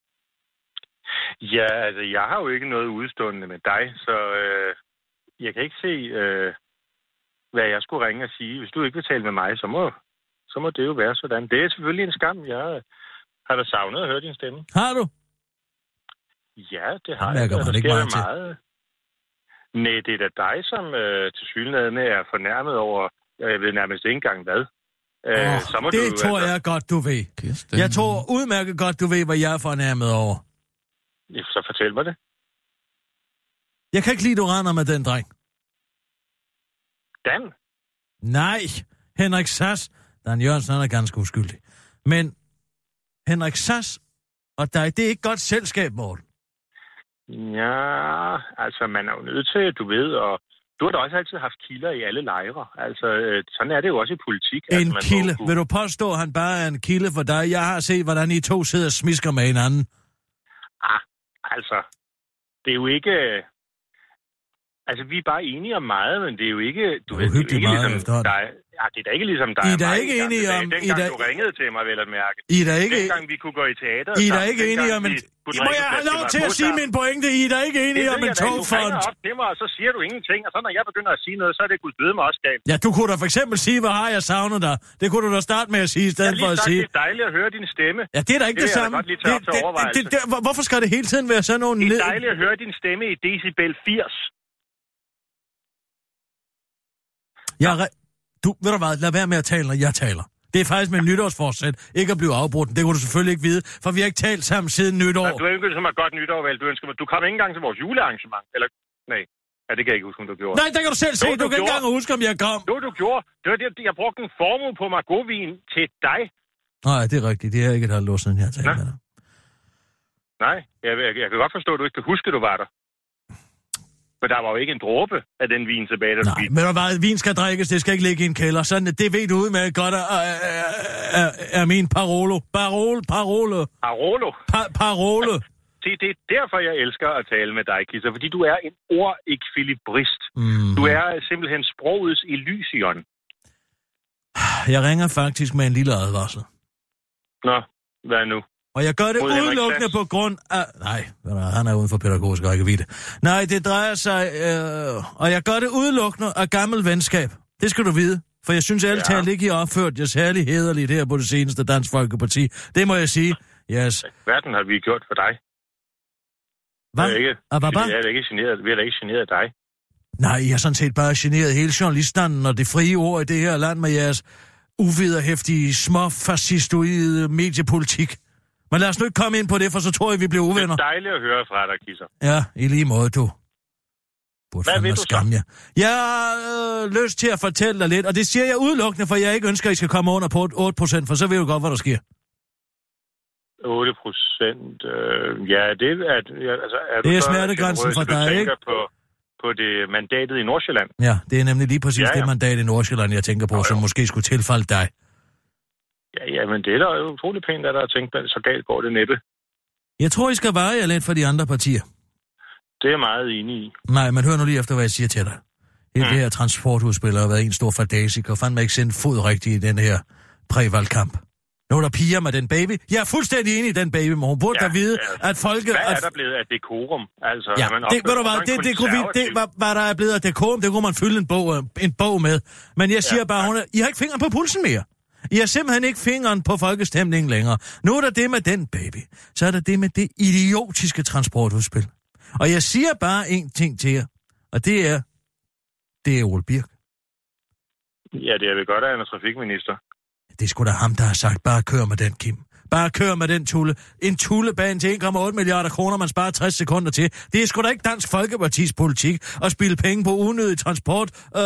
Ja, altså, jeg har jo ikke noget udstående med dig, så øh, jeg kan ikke se, øh, hvad jeg skulle ringe og sige. Hvis du ikke vil tale med mig, så må, så må det jo være sådan. Det er selvfølgelig en skam. Jeg har da savnet at høre din stemme. Har du? Ja, det har Det mærker jeg. man Der ikke sker meget til. meget. Nej, det er da dig, som øh, til synligheden er fornærmet over, jeg ved nærmest ikke engang hvad. Øh, Oh, så må det du, tror altså, jeg godt, du ved. Kirsten. Jeg tror udmærket godt, du ved, hvad jeg er fornærmet over. Ja, så fortæl mig det. Jeg kan ikke lide, du render med den dreng. Dan? Nej, Henrik Sass. Dan Jørgensen, han er ganske uskyldig. Men Henrik Sass og dig, det er ikke godt selskab, Morten. Ja, altså man er jo nødt til, du ved, og du har da også altid haft kilder i alle lejre. Altså, øh, sådan er det jo også i politik. En altså, man kilde. må- Vil du påstå, at han bare er en kilde for dig? Jeg har set, hvordan I to sidder og smisker med hinanden. Ah, altså, det er jo ikke... Altså, vi er bare enige om meget, men det er jo ikke... Du Det er ved, det er jo uhyggeligt ikke meget ligesom efterhånden. dig. Ja, det er da ikke ligesom dig. I er og da mig ikke engang enige tilbage. om- I Dengang er da- du ringede til mig, vel at mærke. I er da ikke... Dengang vi kunne gå i teater. I er da sammen. ikke enige om... Dengang En... vi kunne Må drikke jeg have flaske lov til at sige Margaux min pointe? I er da ikke Det enige om ved en jeg da ikke. Du togfond? ringer op til mig, og så siger du ingenting. Og så når jeg begynder at sige noget, så er det gudsbede mig også galt. Ja, du kunne da for eksempel sige, hvor har jeg savnet dig. Det kunne du da starte med at sige, i Jeg har stedet for lige at sagt, sige... det er dejligt at høre din stemme. Ja, det er da ikke Det det, vil jeg da samme. godt lige tage op til overvejelse. det, det, hvorfor skal det hele tiden være sådan nogle... Det ned- er dejligt at høre din stemme i decibel firs. Jeg er re- du, ved du hvad, lad være med at tale, når jeg taler. Det er faktisk med nytårsforsæt, ikke at blive afbrudt. Det kunne du selvfølgelig ikke vide, for vi har ikke talt sammen siden nytår. Du ønsker det som et godt nytår, vel? Du ønsker mig. Du kom ikke engang til vores julearrangement. Eller, nej. Ja, det kan jeg ikke huske, om du gjorde. Nej, der kan du selv se. Jo, Du, du kan ikke gjorde. engang huske, om jeg kom. Jo, du gjorde. Det var det, jeg brugte en formue på Margaux-vin til dig. Nej, det er rigtigt. Det er ikke et halvt år siden, jeg har talt Nå. med dig. Nej, jeg, jeg, jeg kan godt forstå, at du ikke kan huske, at du var der. For der var jo ikke en dråbe af den vin tilbage, da du Nej, gik. men der var, vin skal drikkes, det skal ikke ligge i en kælder. Sådan, det ved du udmærket godt, er, er, er, er min parolo. Parole, parole, Parolo. pa, parole. Se, det er derfor, jeg elsker at tale med dig, Kisser. Fordi du er en ord-ekvilibrist. Mm. Du er simpelthen sprogets Elysion. Jeg ringer faktisk med en lille advarsel. Nå, hvad nu? Og jeg gør det Mod Henrik udelukkende Sass. på grund af... Nej, han er uden for pædagogisk rækkevidde. Nej, det drejer sig... Øh... Og jeg gør det udelukkende af gammel venskab. Det skal du vide. For jeg synes ærligt Ja. talt ikke, I har opført jer særlig hæderligt her på det seneste Dansk Folkeparti. Det må jeg sige. Yes. Verden har vi gjort for dig. Hvad? Vi er ikke, Ah, hvad, hvad? vi er da ikke generet, vi er da ikke generet dig. Nej, I har sådan set bare generet hele journalistanden og det frie ord i det her land med jeres uvederhæftige, småfascistoide mediepolitik. Men lad os nu ikke komme ind på det, for så tror jeg, vi bliver Det uvenner. er dejligt at høre fra dig, Kisser. Ja, i lige måde, du. Burde Hvad fandme vil du så? skamme jer. Jeg har øh, lyst til at fortælle dig lidt, og det siger jeg udelukkende, for jeg ikke ønsker, at I skal komme under på otte procent, for så ved du godt, hvad der sker. otte procent, øh, ja, det er... Ja, altså, er Det er du så smertegrænsen generøs, for at du dig, tænker ikke? På, på det mandatet i Nordsjælland. Ja, det er nemlig lige præcis Ja, ja, ja. det mandat i Nordsjælland, jeg tænker på, Jo, jo. som måske skulle tilfalde dig. Ja, ja, men det er da jo utrolig pænt, at der har tænkt, at så galt går det næppe. Jeg tror, I skal veje jer lidt for de andre partier. Det er jeg meget enig i. Nej, men hør nu lige efter, hvad jeg siger til dig. Hele Mm. det her transportudspil har været en stor fadasik, og fandme ikke sendt fod rigtigt i den her prævalgkamp. Nu er der piger med den baby. Jeg er fuldstændig enig i den baby, men hun burde Ja, da vide, ja. at folke... Hvad er at... der blevet af dekorum? Altså, Ja, er man det, opført ved du som hvad, en det, det, kunne vi, det konservativ- hvad, hvad der er blevet af dekorum, det kunne man fylde en bog, en bog med. Men jeg siger Ja, bare, tak. hun er, I har ikke fingeren på pulsen mere. I har simpelthen ikke fingeren på folkestemningen længere. Nu er der det med den baby. Så er der det med det idiotiske transportudspil. Og jeg siger bare en ting til jer, og det er, det er Ole Birk. Ja, det er vel godt, at han er trafikminister. Det er sgu da ham, der har sagt, bare kør med den, Kim. Bare kør med den tulle. En tullebane til en komma otte milliarder kroner, man sparer tres sekunder til. Det er sgu da ikke Dansk Folkepartis politik at spille penge på unødig transport, øh,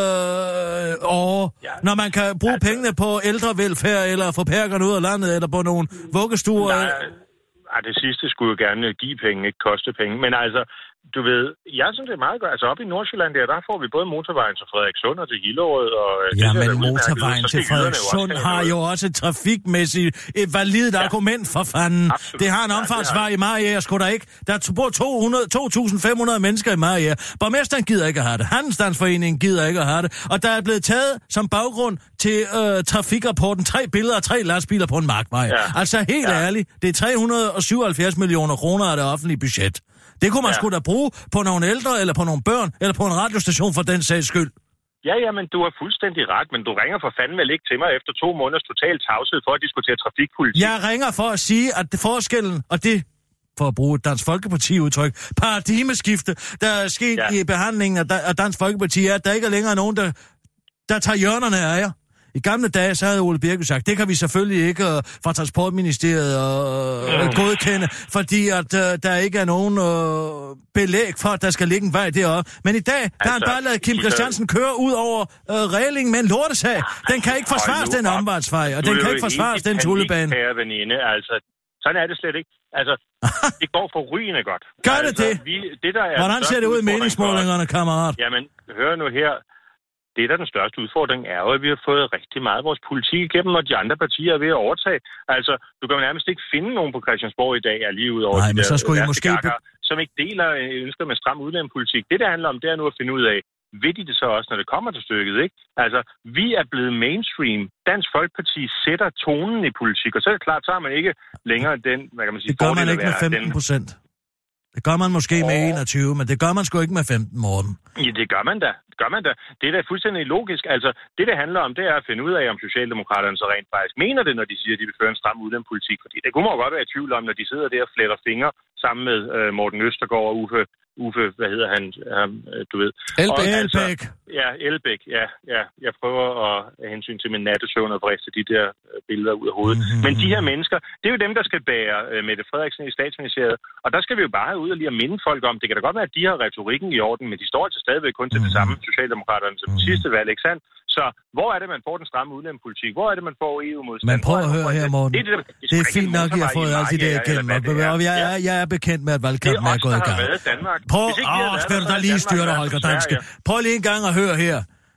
og ja. Når man kan bruge altså, pengene på ældrevelfærd, eller få perkerne ud af landet, eller på nogle vuggestuer. Nej, nej, det sidste skulle jo gerne give penge, ikke koste penge. Men altså, du ved, jeg synes, det er meget godt. Altså, oppe i Nordsjælland, der, der får vi både motorvejen til Frederikssund og til Hillerød. Og, ja, men motorvejen til Frederikssund har jo også et trafikmæssigt et validt ja. argument for fanden. Absolut. Det har en omfartsvej ja, i Mariager, sgu da ikke. Der bor to tusind fem hundrede mennesker i Mariager. Borgmesteren gider ikke at have det. Handelsstandsforeningen gider ikke at have det. Og der er blevet taget som baggrund til øh, trafikrapporten tre billeder af tre lastbiler på en markvej. Ja. Altså, helt ja. ærligt, det er tre hundrede syvoghalvfjerds millioner kroner af det offentlige budget. Det kunne man ja. sgu da bruge på nogle ældre, eller på nogle børn, eller på en radiostation for den sags skyld. Ja, ja, men du har fuldstændig ret, men du ringer for fanden vel ikke til mig efter to måneders total tavshed for at diskutere trafikpolitik. Jeg ringer for at sige, at det forskellen, og det, for at bruge et Dansk Folkeparti-udtryk, paradigmeskifte, der er sket ja. i behandlingen af Dansk Folkeparti, er, at der ikke er længere nogen, der, der tager hjørnerne af jer. I gamle dage, så havde Ole Birk sagt, det kan vi selvfølgelig ikke uh, fra Transportministeriet uh, mm. godkende, fordi at uh, der ikke er nogen uh, belæg for, at der skal ligge en vej deroppe. Men i dag, der har han bare ladet Kim Christiansen køre ud over uh, reglingen med en lortesag. Den kan ikke forsvares, den omfartsvej, og den kan ikke forsvares, den tullebane. Kære veninde, altså, sådan er det slet ikke. Altså, det går for rygende godt. Gør det altså, det? Vi, det der er Hvordan ser det ud i meningsmålingerne, kammerat? Jamen, hør nu her. Det, der er den største udfordring, er jo, at vi har fået rigtig meget af vores politik igennem, og de andre partier er ved at overtage. Altså, du kan jo nærmest ikke finde nogen på Christiansborg i dag, er lige ud over Nej, de men der så skulle I måske gakker, som ikke deler ønsker med stram udlændingepolitik. Det, der handler om, det er nu at finde ud af, ved de det så også, når det kommer til stykket, ikke? Altså, vi er blevet mainstream. Dansk Folkeparti sætter tonen i politik, og så er det klart, så har man ikke længere den, hvad kan man sige, det gør man ikke med femten procent. Det gør man måske oh. med enogtyve, men det gør man sgu ikke med femten, Morten. Ja, det gør man da. Det gør man da. Det er da fuldstændig logisk. Altså, det, det handler om, det er at finde ud af, om Socialdemokraterne så rent faktisk mener det, når de siger, at de vil føre en stram udlændingepolitik. Fordi det kunne man jo godt være i tvivl om, når de sidder der og fletter fingre sammen med øh, Morten Østergaard og Uffe, Uffe, hvad hedder han, um, du ved. Elbæk. Og, altså, ja, Elbæk, ja, ja. Jeg prøver at have hensyn til min nattesøvn og vriste de der billeder ud af hovedet. Mm-hmm. Men de her mennesker, det er jo dem, der skal bære uh, Mette Frederiksen i statsministeriet. Og der skal vi jo bare ud og lige at minde folk om, det kan da godt være, at de har retorikken i orden, men de står altså stadigvæk kun til mm-hmm. det samme Socialdemokraterne som mm-hmm. sidste valg, ikke sandt? Så hvor er det, man får den stramme udlændingepolitik? Hvor er det, man får E U-modstand? Men prøv at høre her, Morten. Det, det, det, det, det er fint nok, at I har fået alt det der igennem. Og jeg er, jeg er bekendt med, at valgkampen er, er gået i gang. Prøv, åh, skal du da lige styre dig, Holger Danske. Prøv lige en gang at høre her.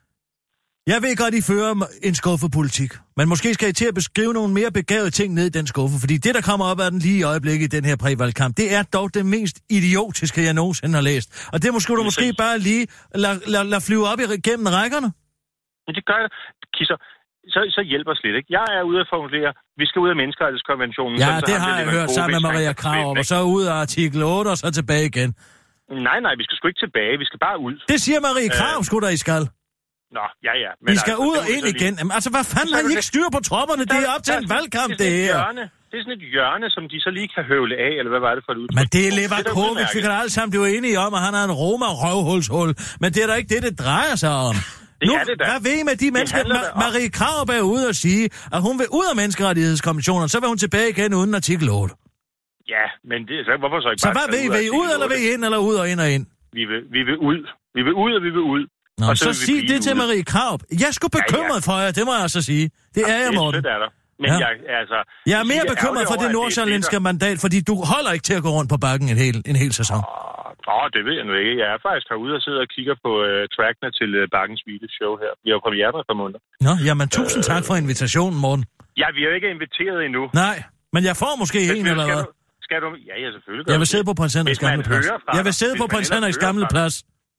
Jeg ved godt, I fører en skuffepolitik. Men måske skal I til at beskrive nogle mere begavede ting ned i den skuffe. Fordi det, der kommer op af den lige i øjeblikket i den her prævalgkamp, det er dog det mest idiotiske, jeg nogensinde har læst. Og det måske du måske bare lige lade la, la flyve op igennem rækkerne. Men det gør jeg. Kisser. Så, så hjælper slet ikke. Jeg er ude at formulere, vi skal ud af menneskerettighedskonventionen. Ja, det har jeg hørt sammen med Maria Krav, og så ud af artikel otte, og så tilbage igen. Nej, nej, vi skal sgu ikke tilbage, vi skal bare ud. Det siger Maria Krav, øh... sgu da, I skal. Nå, ja, ja. Men I skal altså, ud og ind igen. Lige... Altså, hvad fanden har I ikke styr på tropperne? Det er op til en valgkamp, det her. Det er sådan et hjørne, som de så lige kan høvle af, eller hvad var det for et udtryk? Men det er Levakovic, vi kan alle sammen blive enige om, at han er en Roma-røvhulshul. Men det er da ikke det, det drejer sig om. Det nu, er det da. Hvad ved I med de mennesker? Ma- Marie Krarup er ude og sige, at hun vil ud af menneskerettighedskommissionen, så vil hun tilbage igen uden artikel otte. Ja, men det, så hvorfor så ikke så bare... Så hvad ved I? Vil I ud, eller vil I ind, eller ud og ind og ind? Vi vil, vi vil ud. Vi vil ud, og vi vil ud. Nå, og så, så sig det ude. Til Marie Krarup. Jeg er sgu bekymret ja, ja. for jer, det må jeg altså sige. Det er jeg, Morten. Det er der. Men ja. jeg, altså... Jeg er mere bekymret for det nordsjællandske mandat, fordi du holder ikke til at gå rundt på bakken en hel, en hel sæson. Åh, oh, det ved jeg nu ikke. Jeg er faktisk herude og sidder og kigger på uh, trackene til uh, Bakkens Hvile show her. Vi har jo premiere med et par måneder. Nå, jamen tusind uh, tak for invitationen, Morten. Ja, vi er jo ikke inviteret endnu. Nej, men jeg får måske men, en eller hvad? Skal du... Ja, ja, selvfølgelig. Jeg vil sidde på Prins Henriks gamle plads. Jeg vil sidde på Prins Henriks gamle plads.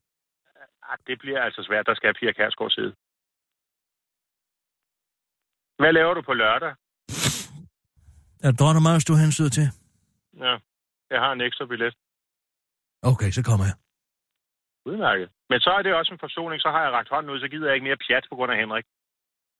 Ah, det bliver altså svært. Der skal Pia Kjærsgaard sidde. Hvad laver du på lørdag? Er det Dronning Marys, du hensyder til? Ja, jeg har en ekstra billet. Okay, så kommer jeg. Udmærket. Men så er det også en forsoning, så har jeg rakt hånden ud, så gider jeg ikke mere pjat på grund af Henrik.